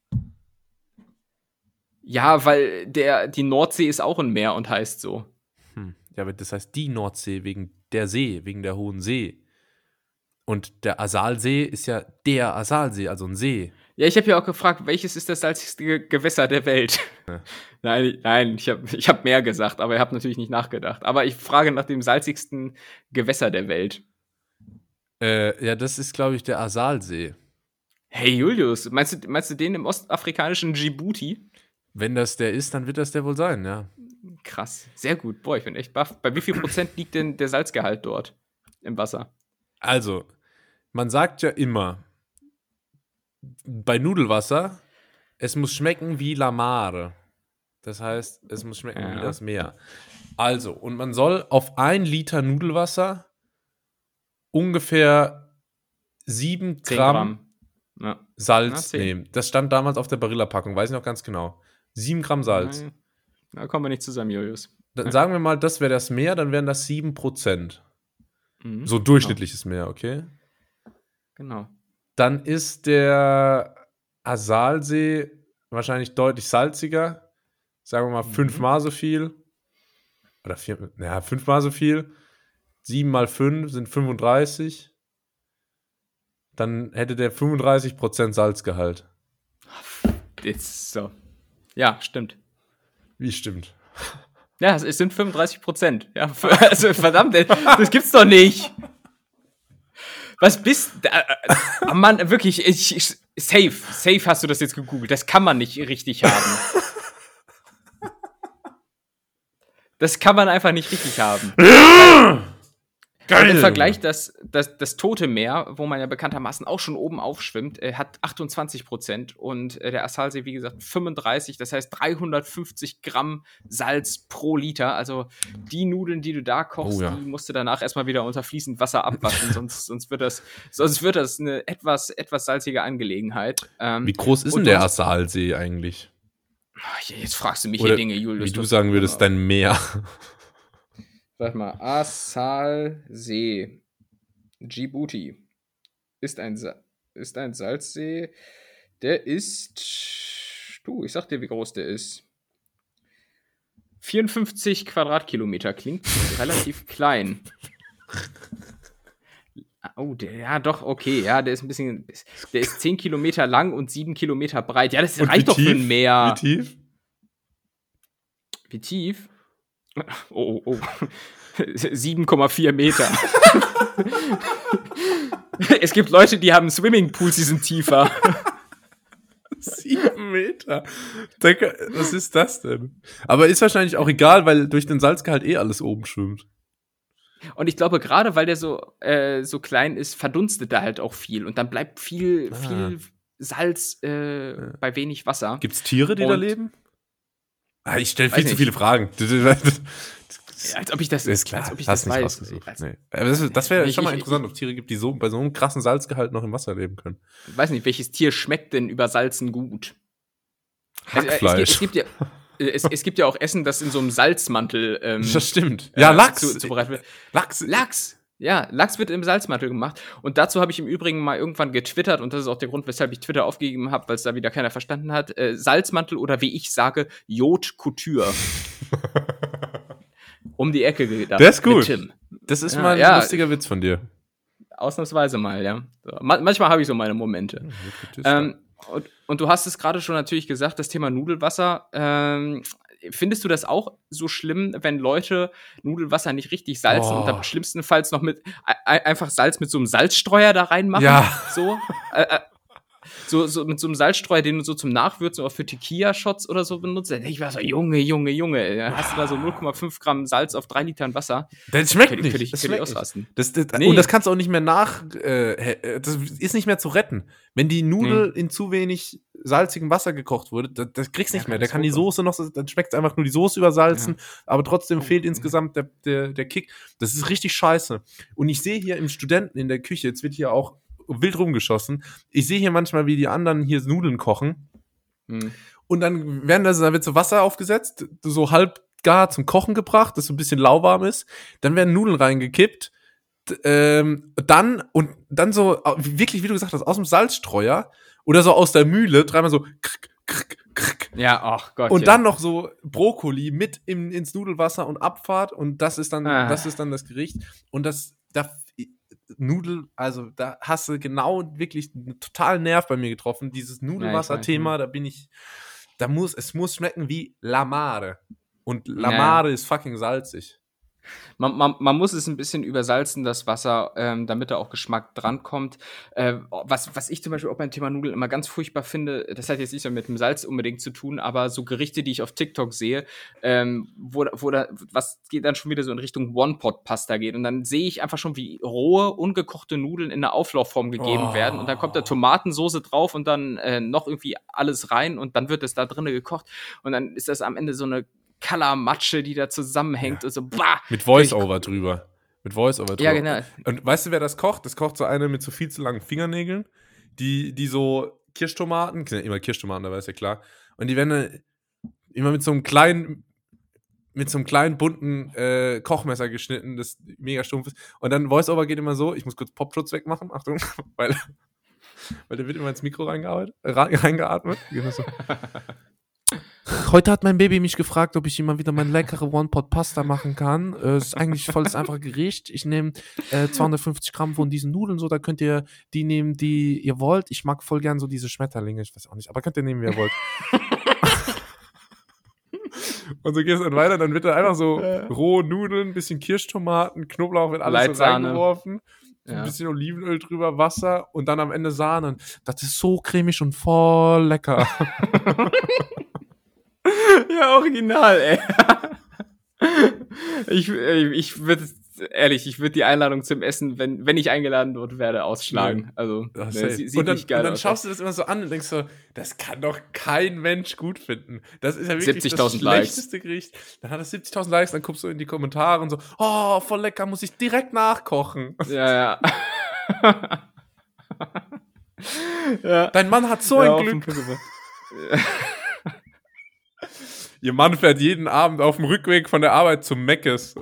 Ja, weil die Nordsee ist auch ein Meer und heißt so. Ja, aber das heißt die Nordsee wegen der See, wegen der Hohen See. Und der Assalsee ist ja der Assalsee, also ein See. Ja, ich habe ja auch gefragt, welches ist das salzigste Gewässer der Welt? Ja. Nein, ich hab mehr gesagt, aber ihr habt natürlich nicht nachgedacht. Aber ich frage nach dem salzigsten Gewässer der Welt. Ja, das ist, glaube ich, der Assalsee. Hey Julius, meinst du den im ostafrikanischen Djibouti? Wenn das der ist, dann wird das der wohl sein, ja. Krass, sehr gut. Boah, ich bin echt baff. Bei wie viel Prozent liegt denn der Salzgehalt dort im Wasser? Also, man sagt ja immer, bei Nudelwasser, es muss schmecken wie la mare. Das heißt, es muss schmecken wie das Meer. Also, und man soll auf 1 Liter Nudelwasser ungefähr 7 10 Gramm Ja. Salz 10. nehmen. Das stand damals auf der Barilla-Packung, weiß ich noch ganz genau. 7 Gramm Salz. Nein, da kommen wir nicht zusammen, Julius. Dann sagen wir mal, das wäre das Meer, dann wären das 7%. Mhm. So durchschnittliches Meer, okay? Genau. Dann ist der Assalsee wahrscheinlich deutlich salziger. Sagen wir mal 5-mal so viel. Oder 5-mal so viel. 7 mal 5 sind 35. Dann hätte der 35% Salzgehalt. Jetzt so. Ja, stimmt. Wie stimmt? Ja, es sind 35%. Ja, also verdammt, das gibt's doch nicht. Was bist du? Mann, wirklich, safe hast du das jetzt gegoogelt. Das kann man nicht richtig haben. Das kann man einfach nicht richtig haben. Geil! Und im Vergleich das Tote Meer, wo man ja bekanntermaßen auch schon oben aufschwimmt, hat 28% und der Assalsee, wie gesagt, 35, das heißt 350 Gramm Salz pro Liter. Also die Nudeln, die du da kochst, die musst du danach erstmal wieder unter fließend Wasser abwaschen, sonst wird das eine etwas salzige Angelegenheit. Wie groß ist denn der Assalsee eigentlich? Jetzt fragst du mich hier Dinge, Julius. Wie du sagen würdest, dein Meer. Sag mal, Assalsee, Djibouti, ist ein Salzsee. Der ist, ich sag dir, wie groß der ist. 54 Quadratkilometer, klingt relativ klein. Oh, okay, der ist ein bisschen, der ist 10 Kilometer lang und 7 Kilometer breit. Ja, das reicht doch für ein Meer. Wie tief? Wie tief? Oh. 7,4 Meter. Es gibt Leute, die haben Swimmingpools, die sind tiefer. 7 Meter. Was ist das denn? Aber ist wahrscheinlich auch egal, weil durch den Salzgehalt alles oben schwimmt. Und ich glaube, gerade weil der so klein ist, verdunstet da halt auch viel. Und dann bleibt viel Salz bei wenig Wasser. Gibt's Tiere, die da leben? Ich stelle viel zu viele Fragen. Ja, als ob ich das, ist klar, als ob ich hast das nicht weiß. rausgesucht. Nee. Aber das wäre schon mal interessant, ob Tiere gibt, die so bei so einem krassen Salzgehalt noch im Wasser leben können. Ich weiß nicht, welches Tier schmeckt denn über Salzen gut? Hackfleisch. Es gibt ja auch Essen, das in so einem Salzmantel das stimmt. Ja, Lachs. Zubereitet wird. Lachs. Ja, Lachs wird im Salzmantel gemacht. Und dazu habe ich im Übrigen mal irgendwann getwittert, und das ist auch der Grund, weshalb ich Twitter aufgegeben habe, weil es da wieder keiner verstanden hat. Salzmantel oder wie ich sage, Haute Couture. Um die Ecke gedacht. Das ist gut. Das ist mal ein lustiger Witz von dir. Ausnahmsweise mal, ja. So, manchmal habe ich so meine Momente. Und du hast es gerade schon natürlich gesagt, das Thema Nudelwasser. Findest du das auch so schlimm, wenn Leute Nudelwasser nicht richtig salzen und dann schlimmstenfalls noch mit einfach Salz mit so einem Salzstreuer da reinmachen? Ja. So mit so einem Salzstreuer, den du so zum Nachwürzen oder für Tequila-Shots oder so benutzt. Ich war so, Junge, hast du da so 0,5 Gramm Salz auf 3 Litern Wasser? Das schmeckt nicht. Könnte ich ausrasten. Und das kannst du auch nicht mehr das ist nicht mehr zu retten. Wenn die Nudel in zu wenig salzigem Wasser gekocht wurde, das kriegst du nicht mehr. Da kann die Soße noch, dann schmeckt einfach nur die Soße übersalzen, aber trotzdem fehlt insgesamt der Kick. Das ist richtig scheiße. Und ich sehe hier im Studenten in der Küche, jetzt wird hier auch wild rumgeschossen. Ich sehe hier manchmal, wie die anderen hier Nudeln kochen. Und dann da wird so Wasser aufgesetzt, so halb gar zum Kochen gebracht, das so ein bisschen lauwarm ist. Dann werden Nudeln reingekippt. Dann so, wirklich, wie du gesagt hast, aus dem Salzstreuer oder so aus der Mühle, dreimal so krick, krick, krick. Ja, ach Gott. Und dann noch so Brokkoli mit ins Nudelwasser und Abfahrt, und das ist dann das Gericht. Und also da hast du genau wirklich einen totalen Nerv bei mir getroffen. Dieses Nudelwasser-Thema, es muss schmecken wie La Mare. Und La Mare ist fucking salzig. Man muss es ein bisschen übersalzen, das Wasser, damit da auch Geschmack drankommt. Was ich zum Beispiel auch beim Thema Nudeln immer ganz furchtbar finde, das hat jetzt nicht so mit dem Salz unbedingt zu tun, aber so Gerichte, die ich auf TikTok sehe, was geht dann schon wieder so in Richtung One-Pot-Pasta geht. Und dann sehe ich einfach schon, wie rohe, ungekochte Nudeln in eine Auflaufform gegeben werden. Und dann kommt da Tomatensoße drauf und dann noch irgendwie alles rein und dann wird es da drinnen gekocht. Und dann ist das am Ende so eine Kalamatsche, die da zusammenhängt und so, bah! Mit Voice-Over drüber. Ja, genau. Und weißt du, wer das kocht? Das kocht so eine mit so viel zu langen Fingernägeln, die so Kirschtomaten, immer Kirschtomaten, da ist ja klar, und die werden immer mit so einem kleinen bunten Kochmesser geschnitten, das mega stumpf ist. Und dann Voice-Over geht immer so, ich muss kurz Popschutz wegmachen, Achtung, weil der wird immer ins Mikro reingeatmet. Genau so. Heute hat mein Baby mich gefragt, ob ich ihm mal wieder meine leckere One-Pot-Pasta machen kann. Ist eigentlich voll das einfache Gericht. Ich nehme 250 Gramm von diesen Nudeln, so, da könnt ihr die nehmen, die ihr wollt. Ich mag voll gern so diese Schmetterlinge, ich weiß auch nicht, aber könnt ihr nehmen, wie ihr wollt. Und so geht es dann weiter, dann wird da einfach so rohe Nudeln, ein bisschen Kirschtomaten, Knoblauch, wird alles so reingeworfen. So ein bisschen Olivenöl drüber, Wasser und dann am Ende Sahne. Das ist so cremig und voll lecker. Ja, original, ey. Ich würde ehrlich, ich würde die Einladung zum Essen, wenn ich eingeladen werde, ausschlagen. Ja. Also, Ja, sieht und dann, nicht geil und dann aus. schaust du das immer so an und denkst so, das kann doch kein Mensch gut finden. Das ist ja wirklich 70.000 das Likes. schlechteste Gericht. Dann hat es 70.000 Likes, dann guckst du in die Kommentare und so, oh, voll lecker, muss ich direkt nachkochen. Ja. Ja. Dein Mann hat so Ja, ein auf den Glück. Punkt gebracht. Ihr Mann fährt jeden Abend auf dem Rückweg von der Arbeit zum Meckes.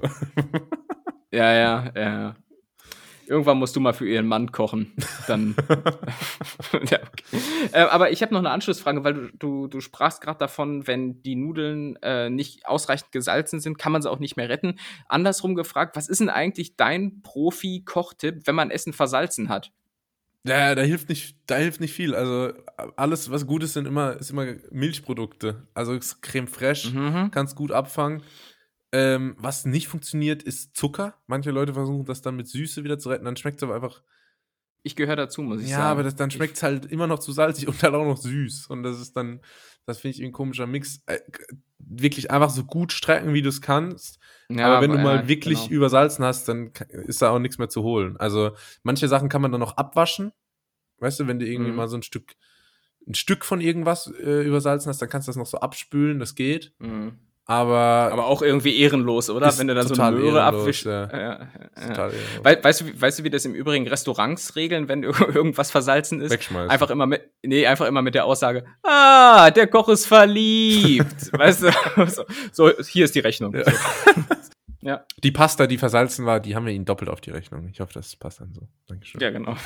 Ja. Irgendwann musst du mal für ihren Mann kochen. Dann. Ja, okay. Aber ich habe noch eine Anschlussfrage, weil du sprachst gerade davon, wenn die Nudeln nicht ausreichend gesalzen sind, kann man sie auch nicht mehr retten. Andersrum gefragt, was ist denn eigentlich dein Profi-Kochtipp, wenn man Essen versalzen hat? Ja, da hilft nicht viel. Also alles, was gut ist, ist immer Milchprodukte. Also Creme Fraiche kannst gut abfangen. Was nicht funktioniert, ist Zucker. Manche Leute versuchen das dann mit Süße wieder zu retten, dann schmeckt es aber einfach. Ich gehöre dazu, muss ich Ja, sagen. aber dann schmeckt es halt immer noch zu salzig und halt auch noch süß. Und das finde ich ein komischer Mix. Wirklich einfach so gut strecken, wie du es kannst. Ja, aber wenn du mal wirklich genau. übersalzen hast, dann ist da auch nichts mehr zu holen. Also manche Sachen kann man dann noch abwaschen. Weißt du, wenn du irgendwie mal so ein Stück von irgendwas übersalzen hast, dann kannst du das noch so abspülen, das geht. Aber auch irgendwie ehrenlos, oder? Wenn du dann so eine Möhre abwischst. Ja. Total ehrenlos. Weißt du, wie das im Übrigen Restaurants regeln, wenn irgendwas versalzen ist? Wegschmeißen. Einfach immer mit der Aussage, der Koch ist verliebt. Weißt du? So, hier ist die Rechnung. Ja. Ja. Die Pasta, die versalzen war, die haben wir ihnen doppelt auf die Rechnung. Ich hoffe, das passt dann so. Dankeschön. Ja, genau.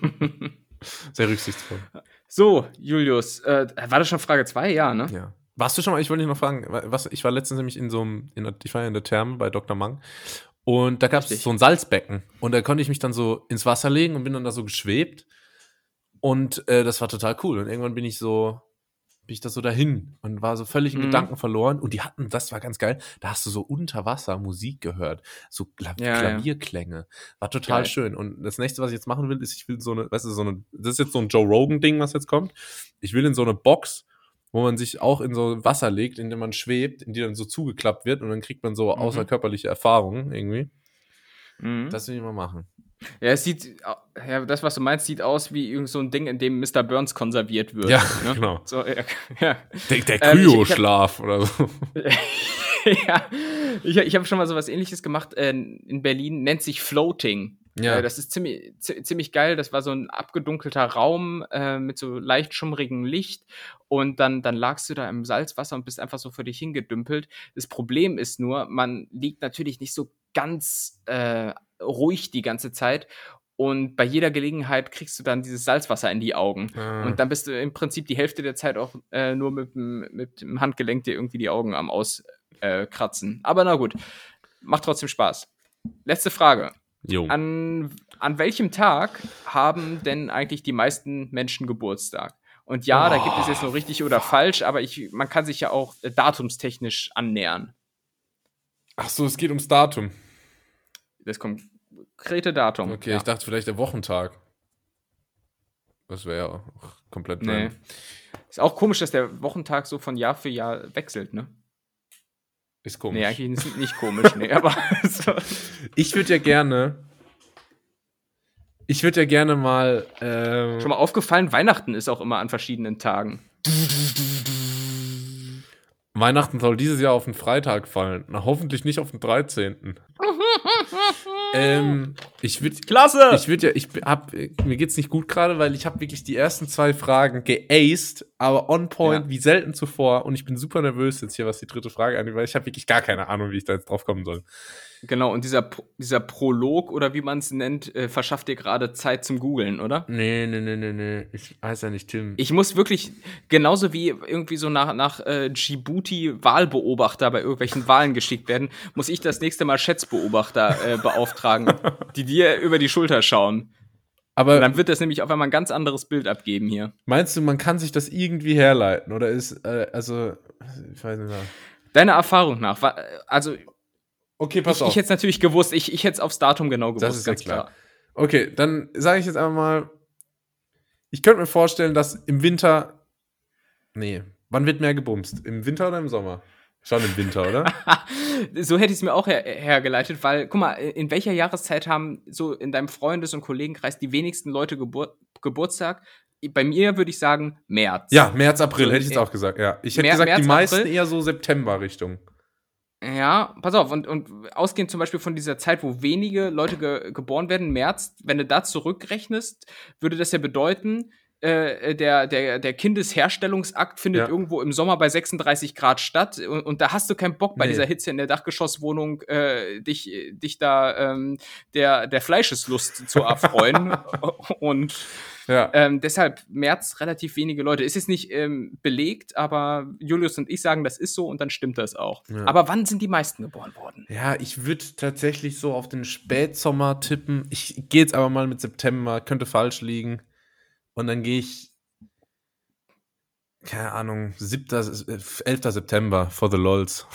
Sehr rücksichtsvoll. So, Julius, war das schon Frage 2? Ja, ne? Ja. Warst du schon mal, ich wollte dich noch fragen, ich war letztens nämlich ich war ja in der Therme bei Dr. Mang und da gab es so ein Salzbecken und da konnte ich mich dann so ins Wasser legen und bin dann da so geschwebt und das war total cool und irgendwann bin ich da so dahin und war so völlig in Gedanken verloren und das war ganz geil, da hast du so unter Wasser Musik gehört, so Klavierklänge, war total geil. schön und das nächste, was ich jetzt machen will, ist, ich will das ist jetzt so ein Joe Rogan Ding, was jetzt kommt, ich will in so eine Box, wo man sich auch in so Wasser legt, in dem man schwebt, in die dann so zugeklappt wird und dann kriegt man so außerkörperliche Erfahrungen irgendwie. Das will ich mal machen. Ja, das, was du meinst, sieht aus wie irgend so ein Ding, in dem Mr. Burns konserviert wird. Ja, ne? genau. So, ja. Der Kryoschlaf oder so. Ja, ich habe schon mal sowas Ähnliches gemacht in Berlin, nennt sich Floating. Ja. Das ist ziemlich geil. Das war so ein abgedunkelter Raum mit so leicht schummrigem Licht und dann lagst du da im Salzwasser und bist einfach so für dich hingedümpelt. Das Problem ist nur, man liegt natürlich nicht so ganz ruhig die ganze Zeit und bei jeder Gelegenheit kriegst du dann dieses Salzwasser in die Augen und dann bist du im Prinzip die Hälfte der Zeit auch nur mit dem Handgelenk dir irgendwie die Augen am Auskratzen. Aber na gut, macht trotzdem Spaß. Letzte Frage. Jo. An welchem Tag haben denn eigentlich die meisten Menschen Geburtstag? Und ja, da gibt es jetzt nur richtig oder falsch, aber man kann sich ja auch datumstechnisch annähern. Ach so, es geht ums Datum. Das konkrete Datum. Okay, ja. Ich dachte vielleicht der Wochentag. Das wäre ja auch komplett Nee. Ist auch komisch, dass der Wochentag so von Jahr für Jahr wechselt, ne? Ist komisch. Nee, eigentlich ist nicht komisch, nee, aber so. Ich würde ja gerne mal Schon mal aufgefallen, Weihnachten ist auch immer an verschiedenen Tagen. Weihnachten soll dieses Jahr auf den Freitag fallen. Na, hoffentlich nicht auf den 13. Klasse! Mir geht's nicht gut gerade, weil ich habe wirklich die ersten 2 Fragen geaced, aber on point wie selten zuvor und ich bin super nervös jetzt hier, was die 3. Frage angeht, weil ich habe wirklich gar keine Ahnung, wie ich da jetzt drauf kommen soll. Genau, und dieser Prolog oder wie man es nennt, verschafft dir gerade Zeit zum Googeln, oder? Nee. Ich heiße ja nicht Tim. Ich muss wirklich, genauso wie irgendwie so nach Djibouti Wahlbeobachter bei irgendwelchen Wahlen geschickt werden, muss ich das nächste Mal Schätzbeobachter beauftragen, die dir über die Schulter schauen. Aber und dann wird das nämlich auf einmal ein ganz anderes Bild abgeben hier. Meinst du, man kann sich das irgendwie herleiten? Oder ist, ich weiß nicht mehr. Deiner Erfahrung nach, also okay, pass auf. Ich hätte es natürlich gewusst, ich hätte es aufs Datum genau gewusst. Das ist ganz klar. Okay, dann sage ich jetzt einfach mal, ich könnte mir vorstellen, dass im Winter, wann wird mehr gebumst? Im Winter oder im Sommer? Schon im Winter, oder? So hätte ich es mir auch hergeleitet, weil, guck mal, in welcher Jahreszeit haben so in deinem Freundes- und Kollegenkreis die wenigsten Leute Geburtstag? Bei mir würde ich sagen März. Ja, März, April, hätte ich jetzt auch gesagt, ja. Ich hätte gesagt, März, die meisten April. eher so September-Richtung. Ja, pass auf, und ausgehend zum Beispiel von dieser Zeit, wo wenige Leute geboren werden, März, wenn du da zurückrechnest, würde das ja bedeuten, der Kindesherstellungsakt findet irgendwo im Sommer bei 36 Grad statt und da hast du keinen Bock bei dieser Hitze in der Dachgeschosswohnung dich da der Fleischeslust zu erfreuen und deshalb März relativ wenige Leute. Es ist nicht belegt, aber Julius und ich sagen, das ist so und dann stimmt das auch. Ja. Aber wann sind die meisten geboren worden? Ja, ich würde tatsächlich so auf den Spätsommer tippen. Ich gehe jetzt aber mal mit September, könnte falsch liegen. Und dann gehe ich, keine Ahnung, 11. September for the LOLs.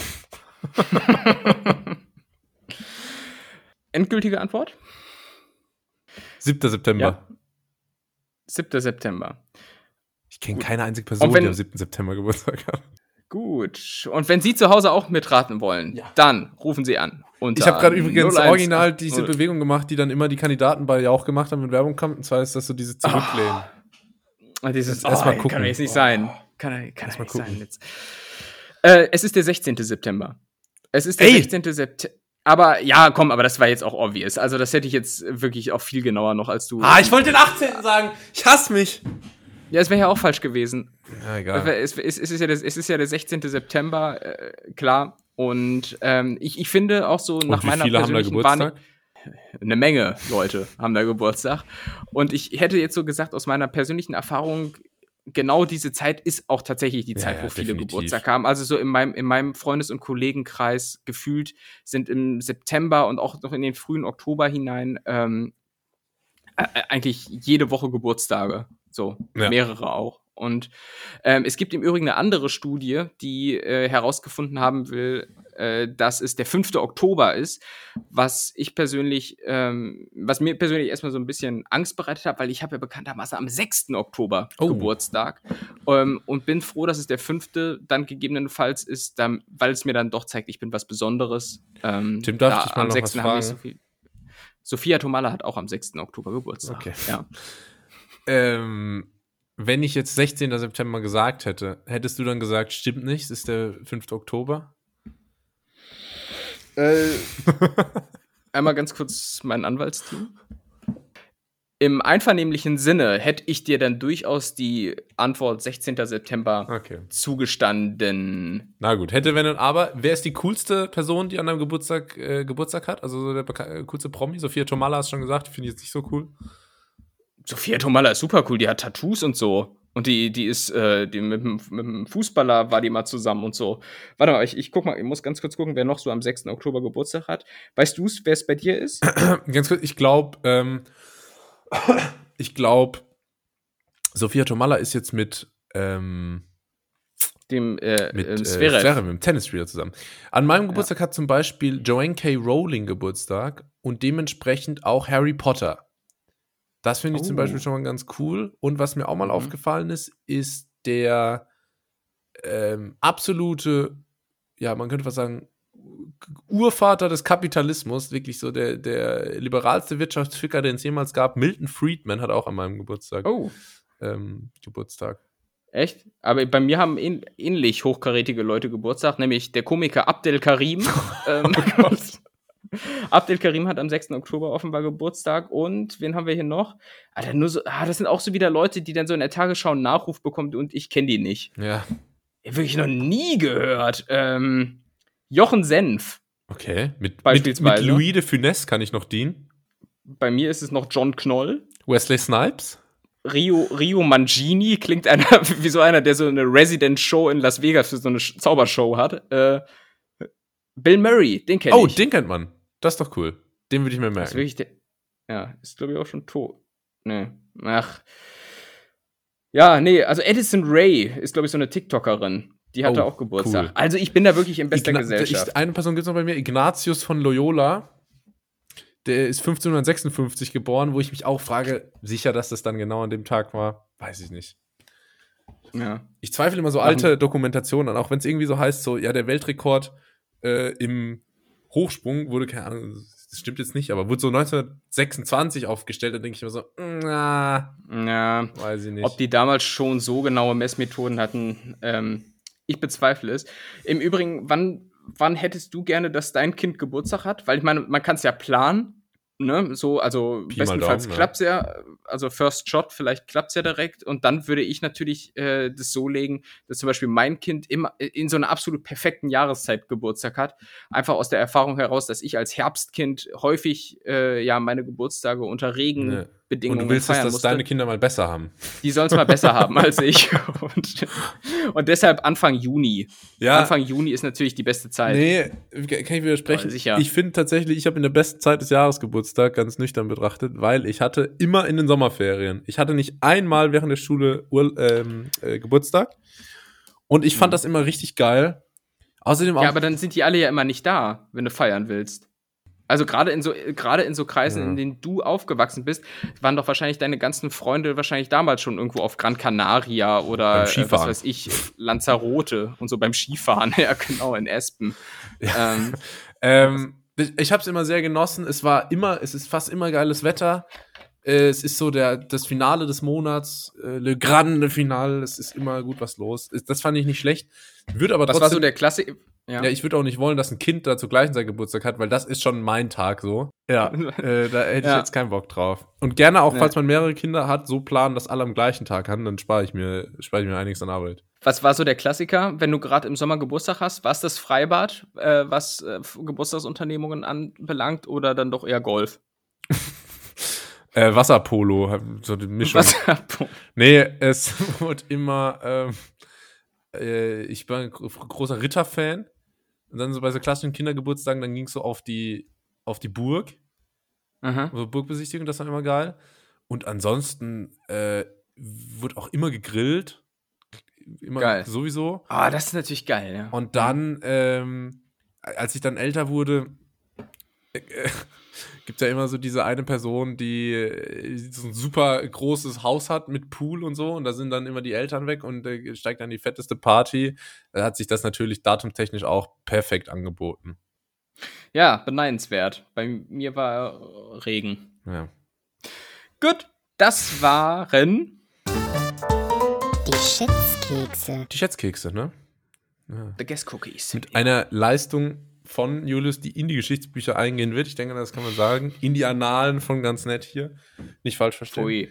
Endgültige Antwort? 7. September. Ja. 7. September. Ich kenne keine einzige Person, die am 7. September Geburtstag hat. Gut. Und wenn Sie zu Hause auch mitraten wollen, dann rufen Sie an. Ich habe gerade übrigens original diese Bewegung gemacht, die dann immer die Kandidaten bei Jauch gemacht haben, wenn Werbung kommt. Und zwar ist das so diese Zurücklehnen. Dieses erstmal gucken. Kann jetzt nicht sein. Kann nicht sein jetzt. Es ist der 16. September. Es ist der 16. September. Aber ja, komm, aber das war jetzt auch obvious. Also das hätte ich jetzt wirklich auch viel genauer noch als du. Ich wollte den 18. sagen. Ich hasse mich. Ja, es wäre ja auch falsch gewesen. Ja, egal. Es ist ja der 16. September, klar. Und ich finde auch so nach meiner persönlichen haben da Geburtstag? Eine Menge Leute haben da Geburtstag. Und ich hätte jetzt so gesagt, aus meiner persönlichen Erfahrung, genau diese Zeit ist auch tatsächlich die Zeit, wo viele Geburtstag haben. Also so in meinem Freundes- und Kollegenkreis gefühlt sind im September und auch noch in den frühen Oktober hinein eigentlich jede Woche Geburtstage. So, mehrere auch. Und es gibt im Übrigen eine andere Studie, die herausgefunden haben will, dass es der 5. Oktober ist, was mir persönlich erstmal so ein bisschen Angst bereitet hat, weil ich habe ja bekanntermaßen am 6. Oktober Geburtstag und bin froh, dass es der 5. dann gegebenenfalls ist, weil es mir dann doch zeigt, ich bin was Besonderes. Tim, darf ich mal noch was fragen? So viel. Sophia Tomalla hat auch am 6. Oktober Geburtstag. Okay. Ja. Wenn ich jetzt 16. September gesagt hätte, hättest du dann gesagt, stimmt nicht, es ist der 5. Oktober? Einmal ganz kurz mein Anwaltsteam. Im einvernehmlichen Sinne hätte ich dir dann durchaus die Antwort 16. September zugestanden. Na gut, hätte, wenn und aber. Wer ist die coolste Person, die an deinem Geburtstag hat? Also so der coolste Promi? Sophia Tomalla hast du schon gesagt, finde ich jetzt nicht so cool. Sophia Tomalla ist super cool, die hat Tattoos und so. Und die ist, die mit dem Fußballer war die mal zusammen und so. Warte mal, ich guck mal, ich muss ganz kurz gucken, wer noch so am 6. Oktober Geburtstag hat. Weißt du, wer es bei dir ist? Ganz kurz, ich glaube, Sophia Tomalla ist jetzt mit Sverre, mit dem Tennisspieler zusammen. An meinem Geburtstag hat zum Beispiel Joanne K. Rowling Geburtstag und dementsprechend auch Harry Potter. Das finde ich zum Beispiel schon mal ganz cool. Und was mir auch mal aufgefallen ist der absolute, ja, man könnte fast sagen, Urvater des Kapitalismus, wirklich so der liberalste Wirtschaftsficker, den es jemals gab. Milton Friedman hat auch an meinem Geburtstag Geburtstag. Echt? Aber bei mir haben ähnlich hochkarätige Leute Geburtstag, nämlich der Komiker Abdel Karim. Abdel Karim hat am 6. Oktober offenbar Geburtstag. Und wen haben wir hier noch? Alter, das sind auch so wieder Leute, die dann so in der Tagesschau einen Nachruf bekommen und ich kenne die nicht. Ja. Wirklich noch nie gehört. Jochen Senf. Okay. Mit Louis de Funès kann ich noch dienen. Bei mir ist es noch John Knoll. Wesley Snipes. Rio Mangini klingt wie so einer, der so eine Resident-Show in Las Vegas für so eine Zaubershow hat. Bill Murray, den kennt ich. Oh, den kennt man. Das ist doch cool. Den würde ich mir merken. Das ist wirklich ist glaube ich auch schon tot. Nee. Ach. Ja, nee, also Addison Rae ist glaube ich so eine TikTokerin. Die hatte auch Geburtstag. Cool. Also ich bin da wirklich in bester Gesellschaft. Eine Person gibt es noch bei mir, Ignatius von Loyola. Der ist 1556 geboren, wo ich mich auch frage, sicher, dass das dann genau an dem Tag war? Weiß ich nicht. Ja. Ich zweifle immer so alte Dokumentationen an, auch wenn es irgendwie so heißt, so, ja, der Weltrekord im Hochsprung wurde, keine Ahnung, das stimmt jetzt nicht, aber wurde so 1926 aufgestellt, da denke ich immer so, Ja, weiß ich nicht. ob die damals schon so genaue Messmethoden hatten, ich bezweifle es. Im Übrigen, wann hättest du gerne, dass dein Kind Geburtstag hat? Weil ich meine, man kann es ja planen. Ne, so, also Pi mal bestenfalls Daumen, klappt's ja, also First Shot, vielleicht klappt's ja direkt und dann würde ich natürlich das so legen, dass zum Beispiel mein Kind immer in so einer absolut perfekten Jahreszeit Geburtstag hat, einfach aus der Erfahrung heraus, dass ich als Herbstkind häufig meine Geburtstage unter Regenbedingungen Und du willst, dass feiern musste. deine Kinder mal besser haben. Die sollen es mal besser haben als ich und deshalb Anfang Juni. Ja. Anfang Juni ist natürlich die beste Zeit. Nee, kann ich widersprechen. Oh, sicher. Ich finde tatsächlich, ich habe in der besten Zeit des Jahres Geburtstag, ganz nüchtern betrachtet, weil ich hatte immer in den Sommerferien. Ich hatte nicht einmal während der Schule Geburtstag. Und ich fand das immer richtig geil. Außerdem auch. Ja, aber dann sind die alle ja immer nicht da, wenn du feiern willst. Also gerade in so Kreisen, in denen du aufgewachsen bist, waren doch wahrscheinlich deine ganzen Freunde wahrscheinlich damals schon irgendwo auf Gran Canaria oder was weiß ich, Lanzarote und so beim Skifahren. Ja, genau, in Espen. Ich habe es immer sehr genossen. Es ist fast immer geiles Wetter. Es ist so das Finale des Monats, Le Grande Finale. Es ist immer gut was los. Das fand ich nicht schlecht. Was war so der Klassiker? Ja, ich würde auch nicht wollen, dass ein Kind da zur gleichen Zeit Geburtstag hat, weil das ist schon mein Tag so. Ja, da hätte ich jetzt keinen Bock drauf. Und gerne auch, falls man mehrere Kinder hat, so planen, dass alle am gleichen Tag haben, dann spare ich mir einiges an Arbeit. Was war so der Klassiker, wenn du gerade im Sommer Geburtstag hast? War es das Freibad, was Geburtstagsunternehmungen anbelangt, oder dann doch eher Golf? Wasserpolo, so die Mischung. Wasserpolo. Nee, es wurde immer, ich war ein großer Ritter-Fan. Und dann so bei so klassischen Kindergeburtstagen, dann ging es so auf die Burg. Aha. So Burgbesichtigung, das war immer geil. Und ansonsten wurde auch immer gegrillt. Immer geil. Sowieso. Ah, das ist natürlich geil, ja. Und dann, als ich dann älter wurde, gibt ja immer so diese eine Person, die so ein super großes Haus hat mit Pool und so, und da sind dann immer die Eltern weg und steigt dann die fetteste Party. Da hat sich das natürlich datumtechnisch auch perfekt angeboten. Ja, beneidenswert. Bei mir war Regen. Ja. Gut, das waren Die Schätzkekse. Die Schätzkekse, ne? Ja. The Guess Cookies. Mit einer Leistung von Julius, die in die Geschichtsbücher eingehen wird. Ich denke, das kann man sagen. In die Annalen von ganz nett hier. Nicht falsch verstehen. Ui.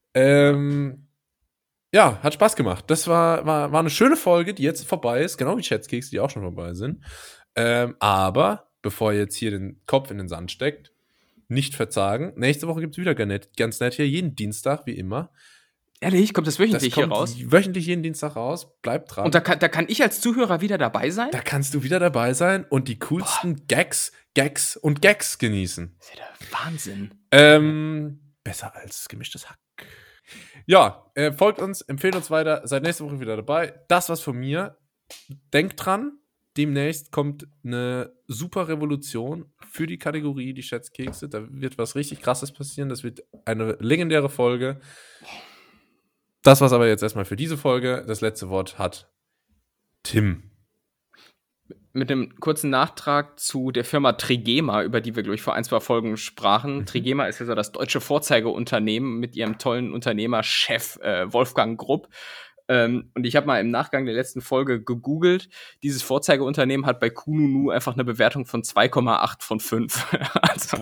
Ja, hat Spaß gemacht. Das war eine schöne Folge, die jetzt vorbei ist. Genau wie Schätzkekse, die auch schon vorbei sind. Aber bevor ihr jetzt hier den Kopf in den Sand steckt, nicht verzagen. Nächste Woche gibt es wieder ganz nett hier. Jeden Dienstag, wie immer. Ehrlich, kommt das wöchentlich hier raus? Wöchentlich jeden Dienstag raus. Bleibt dran. Und da kann ich als Zuhörer wieder dabei sein? Da kannst du wieder dabei sein und die coolsten Gags genießen. Das ist ja der Wahnsinn. Besser als gemischtes Hack. Ja, folgt uns, empfehlt uns weiter, seid nächste Woche wieder dabei. Das war's von mir. Denkt dran, demnächst kommt eine super Revolution für die Kategorie, die Schätzkekse. Da wird was richtig Krasses passieren. Das wird eine legendäre Folge. Das war's aber jetzt erstmal für diese Folge. Das letzte Wort hat Tim. Mit einem kurzen Nachtrag zu der Firma Trigema, über die wir, glaube ich, vor 1-2 Folgen sprachen. Trigema ist ja so das deutsche Vorzeigeunternehmen mit ihrem tollen Unternehmerchef Wolfgang Grupp. Und ich habe mal im Nachgang der letzten Folge gegoogelt. Dieses Vorzeigeunternehmen hat bei Kununu einfach eine Bewertung von 2,8 von 5. Also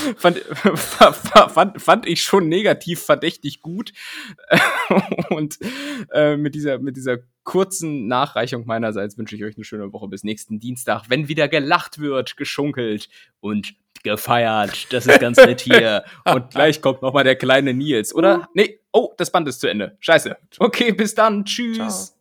fand ich schon negativ verdächtig gut. Und mit dieser kurzen Nachreichung meinerseits wünsche ich euch eine schöne Woche bis nächsten Dienstag, wenn wieder gelacht wird, geschunkelt und gefeiert. Das ist ganz nett hier. Und gleich kommt noch mal der kleine Nils, oder? Nee, oh, das Band ist zu Ende. Scheiße. Okay, bis dann. Tschüss. Ciao.